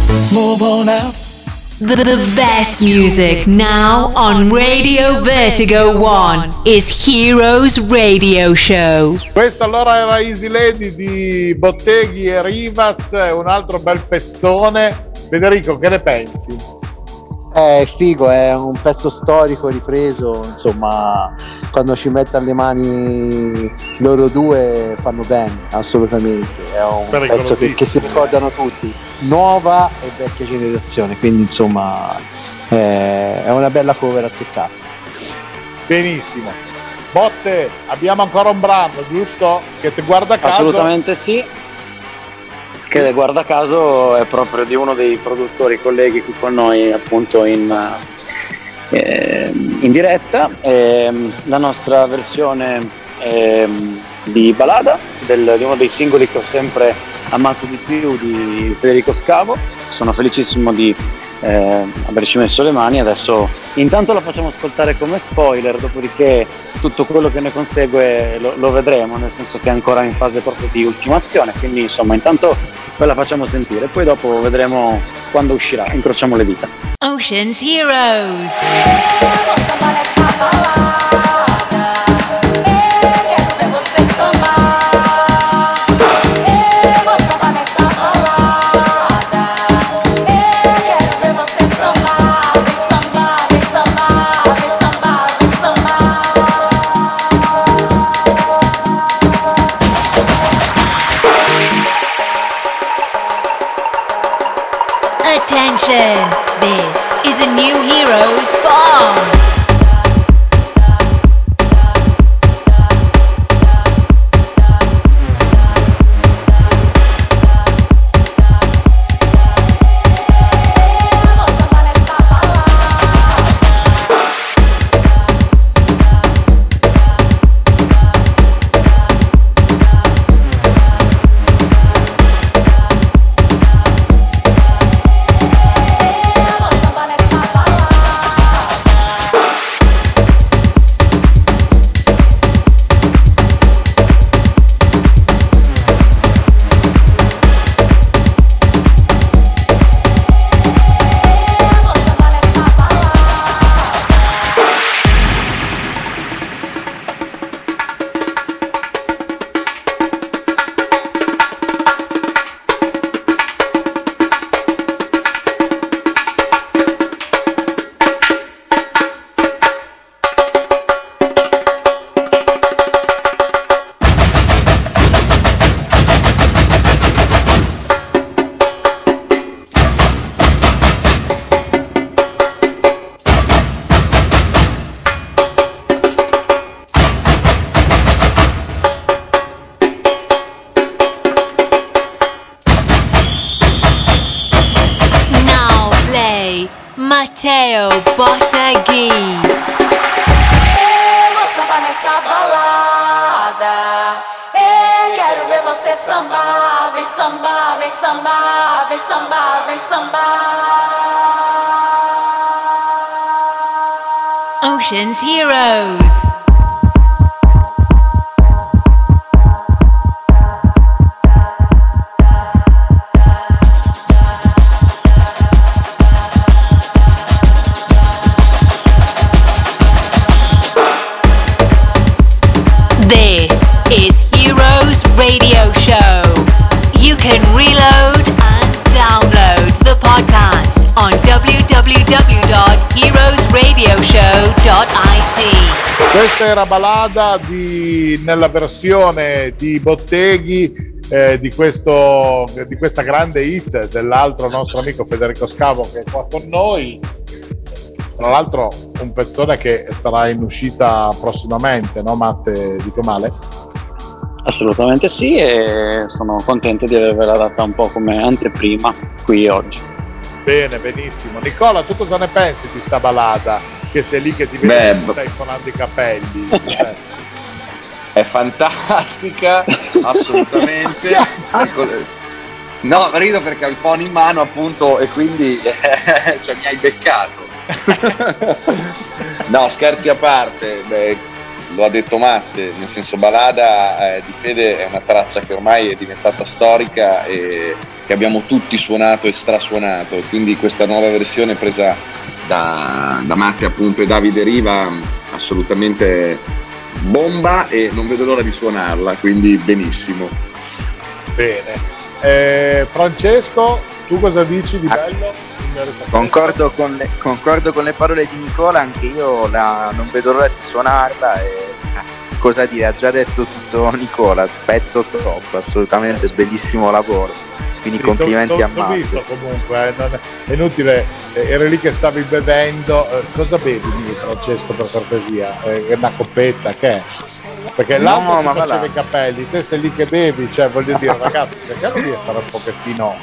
The, the best music now on Radio Vertigo One is Heroes Radio Show. Questo allora era Easy Lady di Botteghi e Rivaz, un altro bel pezzone. Federico, che ne pensi? È figo, è un pezzo storico ripreso, insomma, quando ci mette alle mani loro due fanno bene, assolutamente. È un pezzo che, che si ricordano tutti, nuova e vecchia generazione, quindi insomma è una bella cover azzeccata. Benissimo. Botte, abbiamo ancora un brano, giusto? Che ti guarda caso? Assolutamente sì. Che guarda caso è proprio di uno dei produttori colleghi qui con noi, appunto in, eh, in diretta, eh, la nostra versione eh, di Balada del, di uno dei singoli che ho sempre amato di più di Federico Scavo. Sono felicissimo di eh, averci messo le mani. Adesso intanto la facciamo ascoltare come spoiler, dopodiché tutto quello che ne consegue lo, lo vedremo, nel senso che è ancora in fase proprio di ultimazione, quindi insomma intanto ve la facciamo sentire, poi dopo vedremo quando uscirà, incrociamo le dita. Ocean's Heroes. Attention! This is a new Heroes bomb! Matteo Botteghi. Moça, vai nessa balada. Eu quero ver você sambar, vem sambar, vem sambar, vem sambar, vem sambar. Ocean's Heroes. This is Heroes Radio Show. You can reload and download the podcast on w w w dot heroes radio show dot i t. Questa era Balada di, nella versione di Botteghi eh, di, questo, di questa grande hit dell'altro nostro amico Federico Scavo, che è qua con noi. Tra l'altro un pezzone che sarà in uscita prossimamente, no Matte? Dico male? Assolutamente sì, e sono contento di avervela data un po' come anteprima qui oggi. Bene, benissimo. Nicola, tu cosa ne pensi di sta Balada? Che sei lì che ti vedi Beh, che stai suonando i capelli. Cioè. È fantastica, assolutamente. No, rido perché ho il phone in mano appunto e quindi cioè, mi hai beccato. No, scherzi a parte, beh, lo ha detto Matte, nel senso Balada eh, di Fede è una traccia che ormai è diventata storica e che abbiamo tutti suonato e strasuonato, quindi questa nuova versione presa da, da Matte appunto e Davide Riva assolutamente bomba e non vedo l'ora di suonarla, quindi benissimo. Bene. Eh, Francesco, tu cosa dici di bello? Concordo con, le, concordo con le parole di Nicola, anche io la, non vedo l'ora di suonarla e cosa dire, ha già detto tutto Nicola, pezzo top, assolutamente bellissimo lavoro, quindi sì, complimenti a Matte. L'ho visto comunque, eh, non è, è inutile, eh, eri lì che stavi bevendo, eh, cosa bevi Francesco per cortesia? Eh, una coppetta, che è? Perché no, l'altro ti ma faceva là. i capelli, te sei lì che bevi, cioè voglio dire ragazzi, cerchiamo di essere un pochettino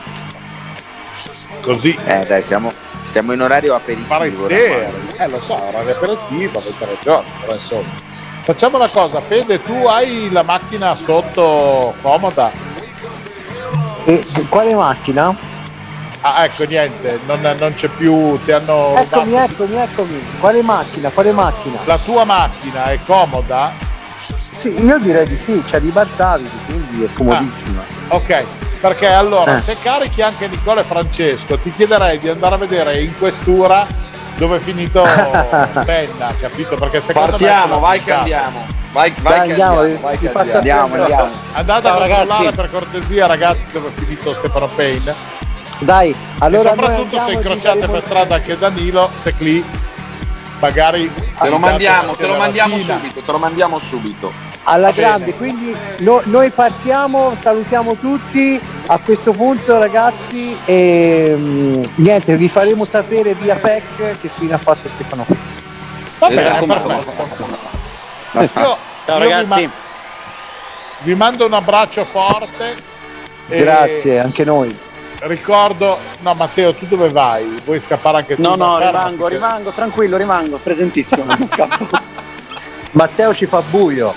così. Eh dai, siamo, siamo in orario aperitivo. Pare serio, eh lo so, orario aperitivo, avete ragione, però insomma. Facciamo una cosa, Fede, tu hai la macchina sotto comoda? E quale macchina? Ah ecco, niente, non, non c'è più, ti hanno Eccomi, rubato. eccomi, eccomi. Quale macchina? Quale macchina? La tua macchina è comoda? Sì, io direi di sì, c'è di Bartavidi, quindi è comodissima. Ah, ok, perché allora Eh. se carichi anche Nicola e Francesco ti chiederei di andare a vedere in questura dove è finito Penna, capito? Perché secondo Partiamo, me vai che andiamo. Vai, vai Dai, che andiamo, andiamo, vi- vai vi che passa andiamo. Andiamo, andiamo. andate Ciao, a controllare ragazzi. per cortesia ragazzi dove è finito Stefano Payne. Dai, allora e noi soprattutto andiamo se e ci incrociate faremo- per strada anche Danilo, se lì magari Te lo mandiamo, te lo la mandiamo mattina. subito, te lo mandiamo subito. alla Va bene. grande, quindi no- noi partiamo, salutiamo tutti a questo punto ragazzi e mm, niente, vi faremo sapere via P E C che fine ha fatto Stefano. Va bene, Esatto. perfetto. Io, Ciao io ragazzi. Vi, ma- vi mando un abbraccio forte. e Grazie, anche noi. Ricordo, no Matteo, tu dove vai? Vuoi scappare anche tu? No, no, Fermati, rimango, che- rimango, tranquillo, rimango, presentissimo, non scappo. Matteo ci fa buio.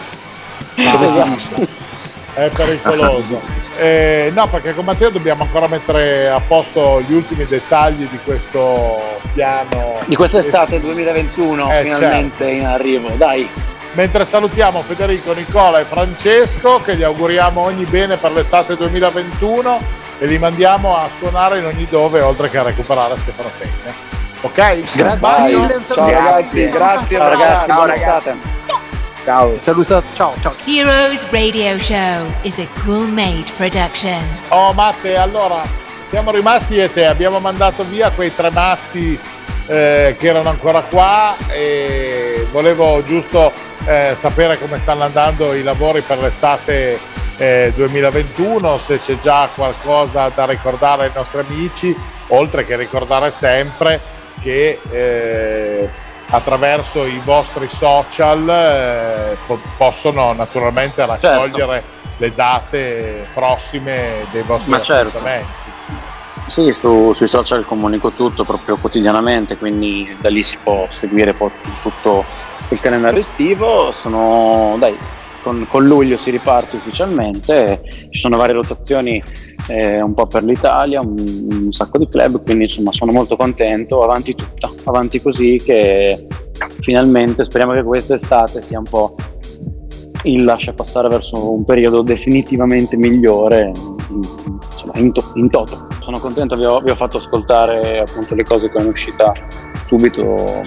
È pericoloso. Eh, no, perché con Matteo dobbiamo ancora mettere a posto gli ultimi dettagli di questo piano. Di quest'estate duemilaventuno, Eh, finalmente in arrivo, dai. Mentre salutiamo Federico, Nicola e Francesco, che gli auguriamo ogni bene per l'estate duemilaventuno e li mandiamo a suonare in ogni dove, oltre che a recuperare Stefano Payne. Ok? Grazie Vai. mille, Ciao ragazzi, grazie, Ciao ragazzi, ciao buona ragazzi. estate. Ciao, saluta, ciao, ciao. Heroes Radio Show is a Cool Made production. Oh Matte, allora siamo rimasti io e te, abbiamo mandato via quei tre matti eh, che erano ancora qua e volevo giusto eh, sapere come stanno andando i lavori per l'estate eh, duemilaventuno, se c'è già qualcosa da ricordare ai nostri amici, oltre che ricordare sempre che eh, attraverso i vostri social eh, po- possono naturalmente raccogliere le date prossime dei vostri Ma certo. appuntamenti. Sì, su- sui social comunico tutto proprio quotidianamente, quindi da lì si può seguire poi tutto il calendario estivo. Sono, dai, con, con luglio si riparte ufficialmente, ci sono varie rotazioni eh, un po' per l'Italia, un, un sacco di club, quindi insomma sono molto contento, avanti tutta, avanti così che finalmente speriamo che quest'estate sia un po' il lascia passare verso un periodo definitivamente migliore, insomma, in, to- in toto. Sono contento, vi ho, vi ho fatto ascoltare appunto le cose che sono uscita subito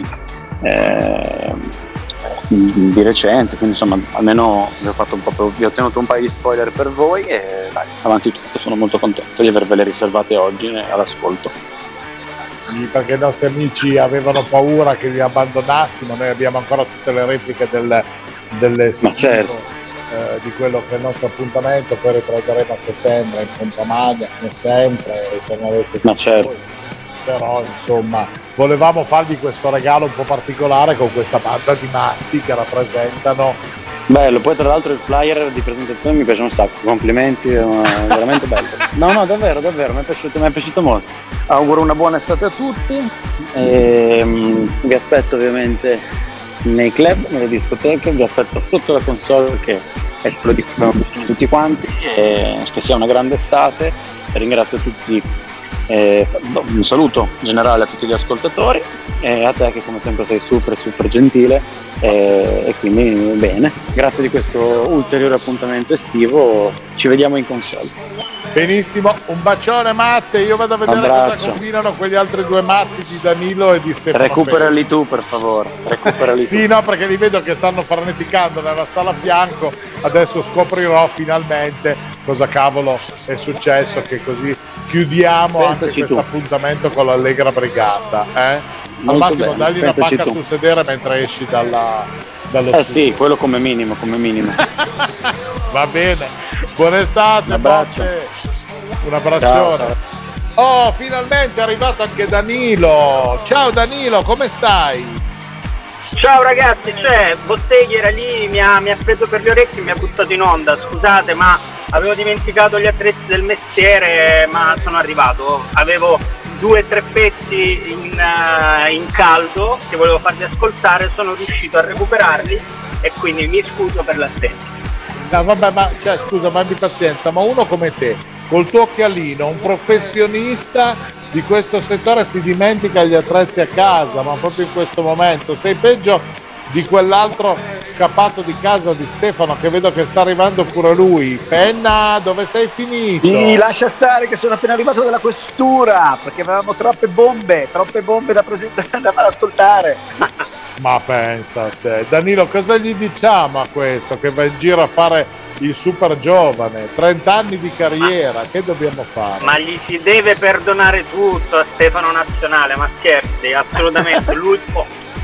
eh, di recente, quindi insomma almeno vi ho, fatto un po', vi ho tenuto un paio di spoiler per voi e dai, avanti tutto sono molto contento di avervele riservate oggi all'ascolto. Sì, perché i nostri amici avevano paura che li abbandonassimo, noi abbiamo ancora tutte le repliche del, dell'estivo, Ma certo. eh, di quello che è il nostro appuntamento, poi riprenderemo a settembre in Contamagna come sempre e tornerete Ma tutti certo. voi. Però insomma volevamo fargli questo regalo un po' particolare con questa banda di matti che rappresentano. Bello, poi tra l'altro il flyer di presentazione mi piace un sacco, complimenti, è una- veramente bello. No, no, davvero, davvero, mi è piaciuto, mi è piaciuto molto. Auguro una buona estate a tutti, e, mm, vi aspetto ovviamente nei club, nelle discoteche, vi aspetto sotto la console che è quello di cui abbiamo bisogno tutti quanti, e che sia una grande estate. Ringrazio tutti, eh, un saluto generale a tutti gli ascoltatori e a te che come sempre sei super super gentile e, e quindi bene, grazie di questo ulteriore appuntamento estivo, ci vediamo in console. Benissimo, un bacione Matte, io vado a vedere Abbraccio. cosa combinano quegli altri due matti di Danilo e di Stefano. Recuperali tu, per favore. Recuperali Sì, tu. no, perché li vedo che stanno farneticando nella sala fianco, adesso scoprirò finalmente cosa cavolo è successo, che così chiudiamo Pensaci anche questo tu. appuntamento con l'Allegra Brigata. Eh? Al Molto massimo bene, dagli una pensaci pacca tu. sul sedere mentre esci dalla, dallo Eh studio. sì, quello come minimo, come minimo. Va bene, buona estate, Un abbraccio. Motte. Un abbraccione. Ciao, ciao. Oh, finalmente è arrivato anche Danilo. Ciao Danilo, come stai? Ciao ragazzi, cioè Botteghi era lì, mi ha, mi ha preso per gli orecchi e mi ha buttato in onda, scusate ma avevo dimenticato gli attrezzi del mestiere, ma sono arrivato, avevo due o tre pezzi in, uh, in caldo che volevo farvi ascoltare, sono riuscito a recuperarli e quindi mi scuso per l'assenza. No, vabbè, ma cioè, scusa, ma abbi pazienza, ma uno come te, col tuo occhialino, un professionista di questo settore, si dimentica gli attrezzi a casa, ma proprio in questo momento sei peggio di quell'altro scappato di casa di Stefano, che vedo che sta arrivando pure lui. Penna, dove sei finito? Sì, lascia stare che sono appena arrivato dalla questura, perché avevamo troppe bombe, troppe bombe da presentare, da far ascoltare. Ma pensa a te. Danilo, cosa gli diciamo a questo che va in giro a fare il super giovane, trenta anni di carriera, che dobbiamo fare? Ma gli si deve perdonare tutto a Stefano Nazionale, ma scherzi, assolutamente, lui può.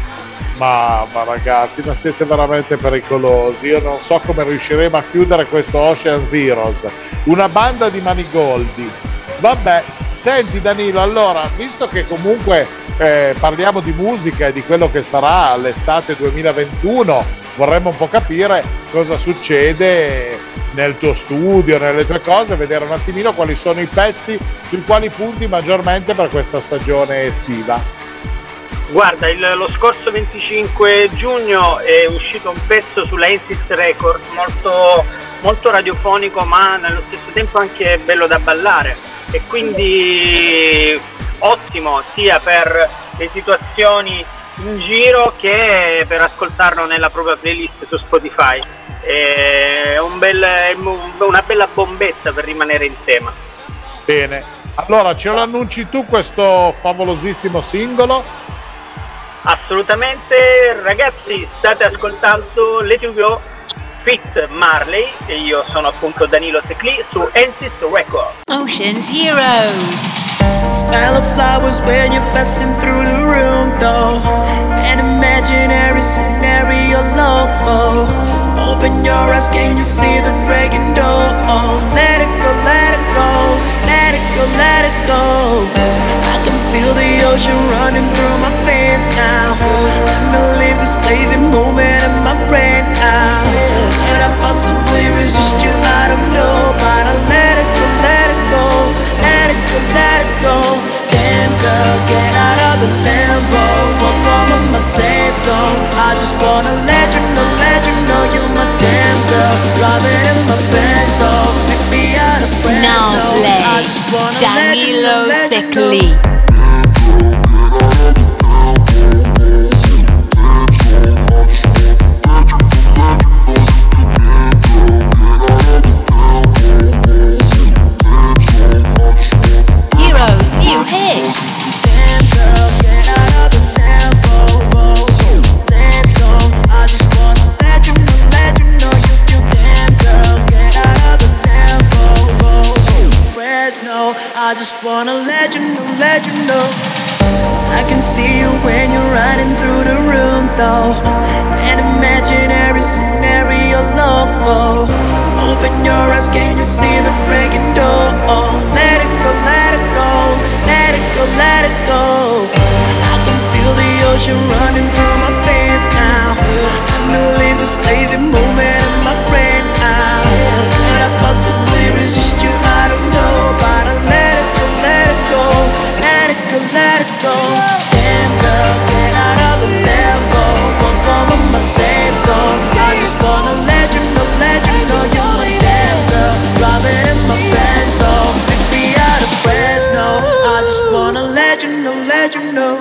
Ma, ma ragazzi, ma siete veramente pericolosi. Io non so come riusciremo a chiudere questo Ocean Zeros. Una banda di manigoldi. Vabbè, senti Danilo, allora, visto che comunque eh, parliamo di musica e di quello che sarà l'estate duemilaventuno, vorremmo un po' capire cosa succede nel tuo studio, nelle tue cose, vedere un attimino quali sono i pezzi sui quali punti maggiormente per questa stagione estiva. Guarda, il, lo scorso venticinque giugno è uscito un pezzo sulla Insist Records molto, molto radiofonico, ma nello stesso tempo anche bello da ballare, e quindi ottimo sia per le situazioni in giro che per ascoltarlo nella propria playlist su Spotify. È un bel, una bella bombetta per rimanere in tema. Bene, allora ce lo annunci tu questo favolosissimo singolo? Assolutamente, ragazzi, state ascoltando Let You Go Fit Marley e io sono appunto Danilo Secli su Insist Records. Ocean's Heroes. Smell of flowers when you're passing through the room, though. An imaginary scenario logo. Open your eyes, can you see the breaking dawn? Let it go, let it go, let it go, let it go. I can feel the ocean running through my veins now. Let me leave this lazy moment in my brain now. Can I possibly resist you? I don't know, but I let it go, let it go, let it go, let it go. Damn girl, get out of the limbo. Walk over my safe zone. I just wanna let you know, let you know you're my damn girl. Driving in my Benz, oh, make me out of friends. Now play Danilo Secli. Heroes new hit. Damn girl, get out of the tempo. Damn song, I just wanna let you know, let you know you, you damn girl, get out of the tempo. Fresno, I just wanna let you know, let you know. I can see you when you're riding through the room, though. An imaginary scenario logo. Open your eyes, can you see the breaking dawn? Let it go, let it go, let it go, let it go. I can feel the ocean running through my veins now. Let me leave this lazy moment in my brain now. Can I possibly resist you? I don't know, but I let it go, let it go, let it go, let it go. Damn girl, get out of the limbo. Walk over my safe zone. I just wanna let you know, let you know you're my damn girl. Driving in my Benz, oh, pick me out of Fresno. I just wanna let you know, let you know.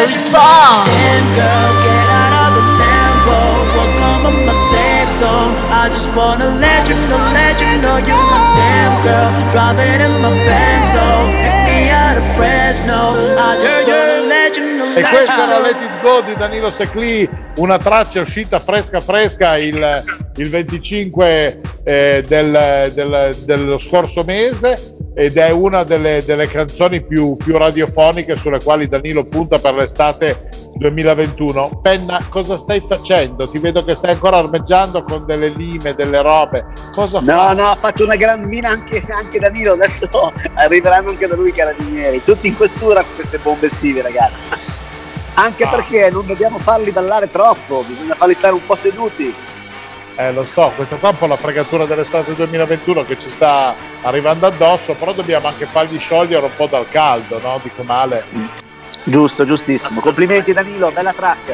Heroes Bar. Damn girl, get out of the Lambo. Welcome on my safe zone. I just wanna let you know, let you know you're my damn girl. Driving in my Benzo, pick me out of Fresno. I just wanna let you know. E questo era Let It Go di Danilo Seclì, una traccia uscita fresca fresca il, il venticinque eh, del, del, dello scorso mese, ed è una delle, delle canzoni più, più radiofoniche sulle quali Danilo punta per l'estate duemilaventuno. Penna, cosa stai facendo? Ti vedo che stai ancora armeggiando con delle lime, delle robe. Cosa No, fai? no, ha fatto una gran mina anche, anche Danilo, adesso arriveranno anche da lui i carabinieri, tutti in questura con queste bombe estive, ragazzi. Anche Ah. perché non dobbiamo farli ballare troppo, bisogna farli stare un po' seduti. Eh, lo so, questa qua è un po' la fregatura dell'estate duemilaventuno che ci sta arrivando addosso, però dobbiamo anche fargli sciogliere un po' dal caldo, no? Dico male. Giusto, giustissimo. Complimenti Danilo, bella track.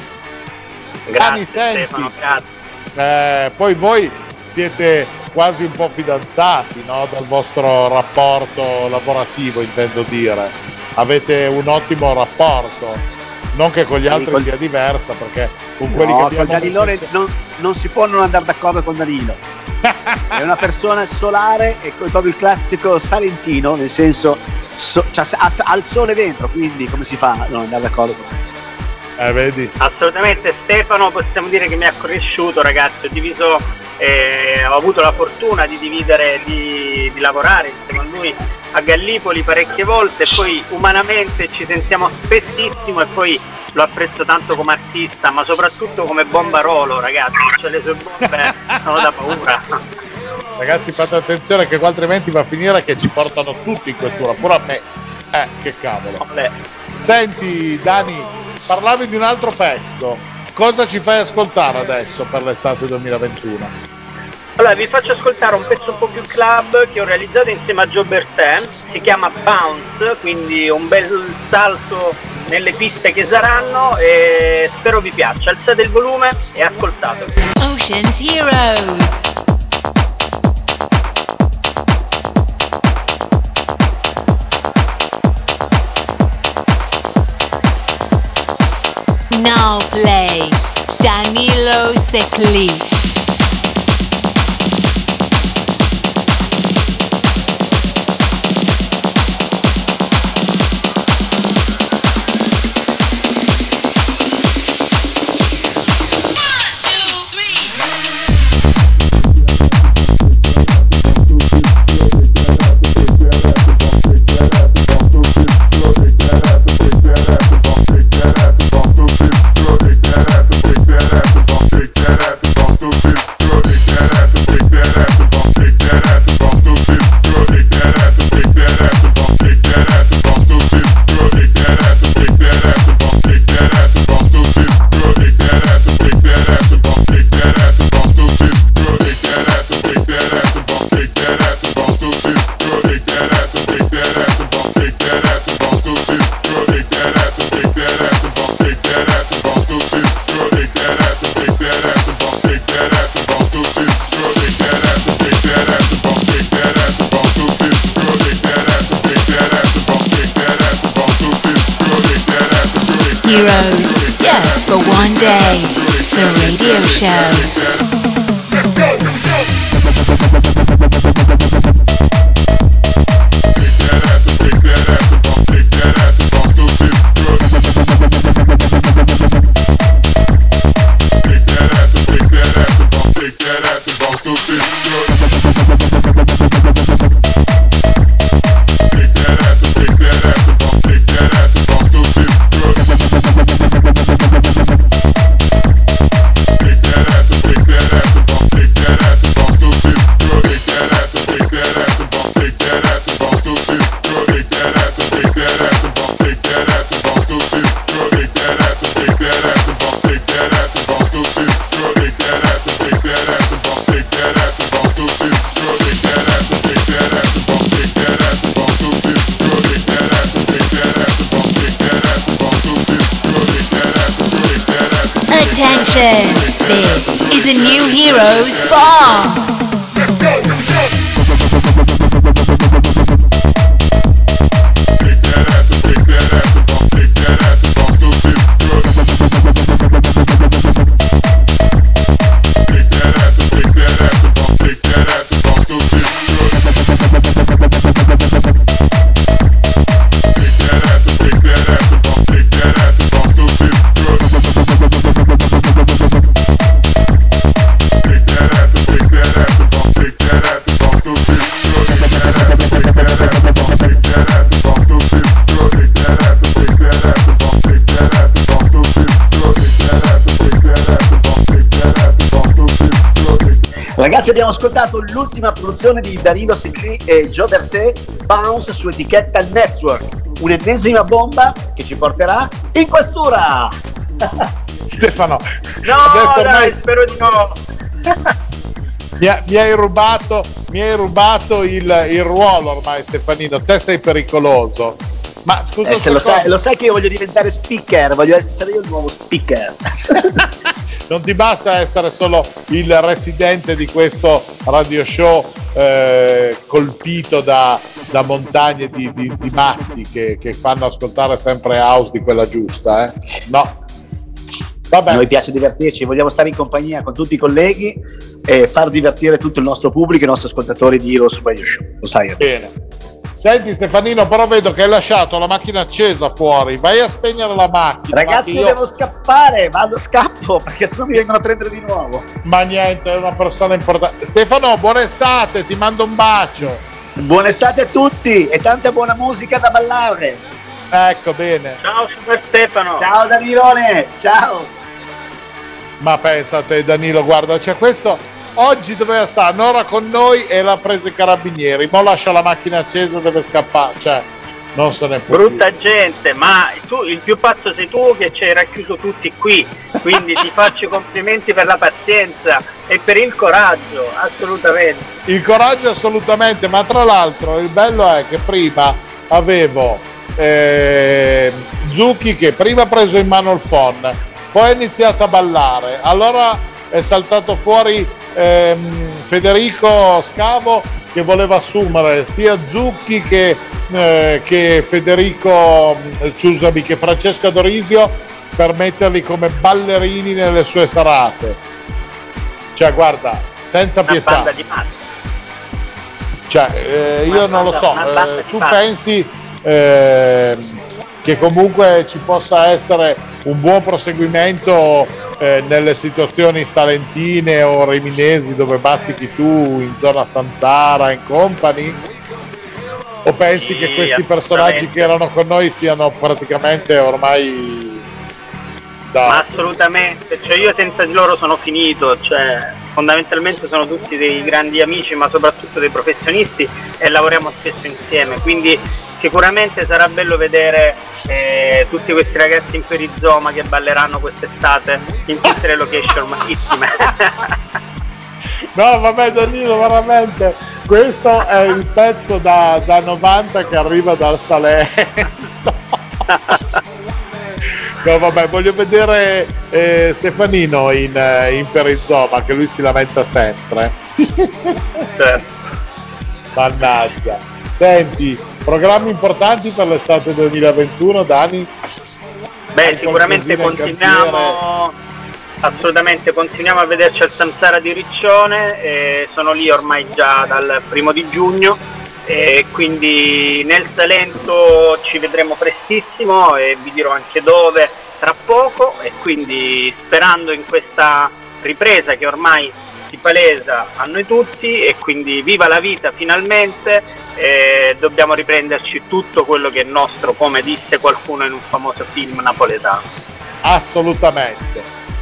Dani, senti, Stefano, grazie. eh, poi voi siete quasi un po' fidanzati, no? Dal vostro rapporto lavorativo, intendo dire. Avete un ottimo rapporto. Non che con gli altri col- sia diversa, perché con quelli No, che con abbiamo Danilo messo non, non si può non andare d'accordo con Danilo. È una persona solare e co- proprio il classico salentino, nel senso so- cioè, ha, ha il sole dentro, quindi come si fa a non andare d'accordo con lui? Eh, vedi? Assolutamente, Stefano possiamo dire che mi ha cresciuto, ragazzi. Ho diviso, eh, ho avuto la fortuna di dividere, di, di lavorare insieme a lui a Gallipoli parecchie volte, e poi umanamente ci sentiamo spessissimo, e poi lo apprezzo tanto come artista, ma soprattutto come bombarolo, ragazzi, cioè le sue bombe sono da paura. Ragazzi, fate attenzione che qua altrimenti va a finire che ci portano tutti in questura, pure a me. Eh, che cavolo. Senti, Dani, parlavi di un altro pezzo. Cosa ci fai ascoltare adesso per l'estate duemilaventuno? Allora, vi faccio ascoltare un pezzo un po' più club che ho realizzato insieme a Joe Bertin, si chiama Bounce, quindi un bel salto nelle piste che saranno, e spero vi piaccia. Alzate il volume e ascoltatevi. Ocean's Heroes. Now play Danilo Seclì. Heroes, just for one day. The radio show. Let's go. Attention! This is a new Heroes Bar! Let's go! Let's go! Ragazzi, abbiamo ascoltato l'ultima produzione di Danilo Secli e Joe Berté, Bounce, su etichetta Network, un'ennesima bomba che ci porterà in questura. Stefano, no, adesso dai, ormai spero di no. mi, ha- mi hai rubato, mi hai rubato il, il ruolo ormai, Stefanino, te sei pericoloso. Ma scusa, Eh, se lo, sai, lo sai che io voglio diventare speaker, voglio essere io il nuovo speaker. non ti basta essere solo il residente di questo radio show eh, colpito da, da montagne di, di, di matti che, che fanno ascoltare sempre house di quella giusta, eh? No. Vabbè. A noi piace divertirci, vogliamo stare in compagnia con tutti i colleghi e far divertire tutto il nostro pubblico, i nostri ascoltatori di Heroes Radio Show, lo sai. Bene. Senti Stefanino, però vedo che hai lasciato la macchina accesa fuori, vai a spegnere la macchina. Ragazzi, io devo scappare, vado, scappo, perché sennò mi vengono a prendere di nuovo. Ma niente, è una persona importante. Stefano, buona estate, ti mando un bacio. Buona estate a tutti e tanta buona musica da ballare. Ecco, bene. Ciao Super Stefano. Ciao Danilone, ciao. Ma pensate Danilo, guarda, c'è questo... Oggi doveva stare un'ora con noi e l'ha preso i carabinieri. Mo lascia la macchina accesa, deve scappare. Cioè, non se ne può. Brutta più. gente, ma tu, il più pazzo sei tu che ci hai racchiuso tutti qui. Quindi ti faccio i complimenti per la pazienza e per il coraggio, assolutamente. Il coraggio assolutamente, ma tra l'altro il bello è che prima avevo eh, Zucchi che prima ha preso in mano il phone, poi ha iniziato a ballare. Allora è saltato fuori ehm, Federico Scavo che voleva assumere sia Zucchi che, eh, che Federico scusami, che Francesco Dorisio per metterli come ballerini nelle sue serate. Cioè guarda, senza Una pietà. banda di matti. Cioè eh, io Una non lo banda- so, una banda eh, di tu pazzi. pensi eh, che comunque ci possa essere un buon proseguimento eh, nelle situazioni salentine o riminesi dove bazzichi tu in zona Sansara in company? O pensi Sì, che questi personaggi che erano con noi siano praticamente ormai da... Ma assolutamente, cioè io senza di loro sono finito, cioè fondamentalmente sono tutti dei grandi amici ma soprattutto dei professionisti e lavoriamo spesso insieme, quindi sicuramente sarà bello vedere eh, tutti questi ragazzi in perizoma che balleranno quest'estate in tutte le location massime. No, vabbè Danilo, veramente, questo è il pezzo da, da novanta che arriva dal Salento. No, vabbè, voglio vedere eh, Stefanino in, eh, in perizoma, che lui si lamenta sempre. Certo. Mannaggia. Senti, programmi importanti per l'estate duemilaventuno, Dani? Beh, Hai sicuramente qualcosina in continuiamo, assolutamente continuiamo a vederci al Samsara di Riccione, eh, sono lì ormai già dal primo di giugno e quindi nel Salento ci vedremo prestissimo e vi dirò anche dove tra poco, e quindi sperando in questa ripresa che ormai si palesa a noi tutti, e quindi viva la vita finalmente, e dobbiamo riprenderci tutto quello che è nostro, come disse qualcuno in un famoso film napoletano. Assolutamente.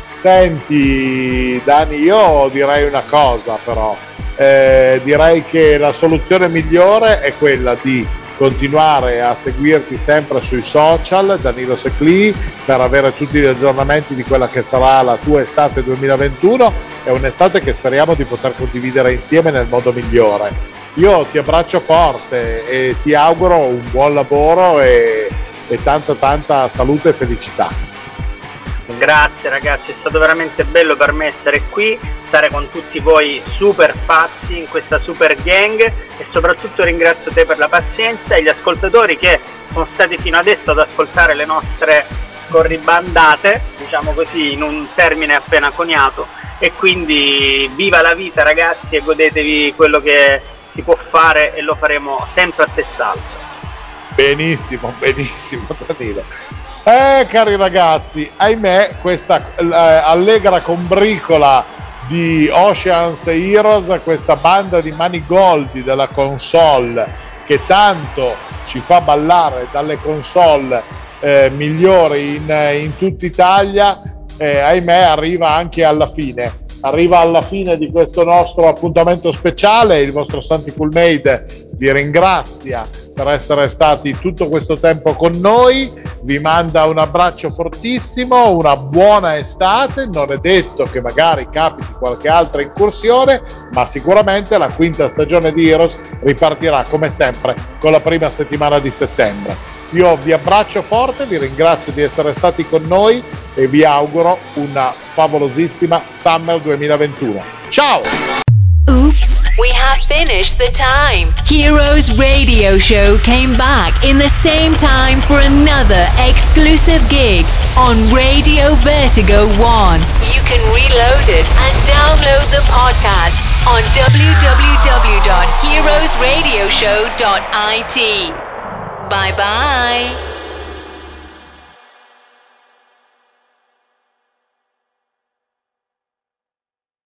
Senti Dani, io direi una cosa però, eh, direi che la soluzione migliore è quella di continuare a seguirti sempre sui social, Danilo Secli, per avere tutti gli aggiornamenti di quella che sarà la tua estate duemilaventuno, è un'estate che speriamo di poter condividere insieme nel modo migliore. Io ti abbraccio forte e ti auguro un buon lavoro e, e tanta tanta salute e felicità. Grazie ragazzi, è stato veramente bello per me essere qui, stare con tutti voi super pazzi in questa super gang, e soprattutto ringrazio te per la pazienza e gli ascoltatori che sono stati fino adesso ad ascoltare le nostre corribandate, diciamo così, in un termine appena coniato, e quindi viva la vita ragazzi e godetevi quello che si può fare, e lo faremo sempre a testa alta. Benissimo, benissimo Danilo. Eh cari ragazzi, ahimè questa eh, allegra combricola di Oceans Heroes, questa banda di manigoldi della console che tanto ci fa ballare dalle console eh, migliori in, in tutta Italia, eh, ahimè arriva anche alla fine. arriva alla fine di questo nostro appuntamento speciale. Il vostro Santi Coolmade vi ringrazia per essere stati tutto questo tempo con noi, vi manda un abbraccio fortissimo, una buona estate. Non è detto che magari capiti qualche altra incursione, ma sicuramente la quinta stagione di Heroes ripartirà come sempre con la prima settimana di settembre. Io vi abbraccio forte, vi ringrazio di essere stati con noi e vi auguro una favolosissima Summer duemilaventuno. Ciao! Oops, we have finished the time. Heroes Radio Show came back in the same time for another exclusive gig on Radio Vertigo One. You can reload it and download the podcast on w w w dot heroes radio show dot i t. Bye bye.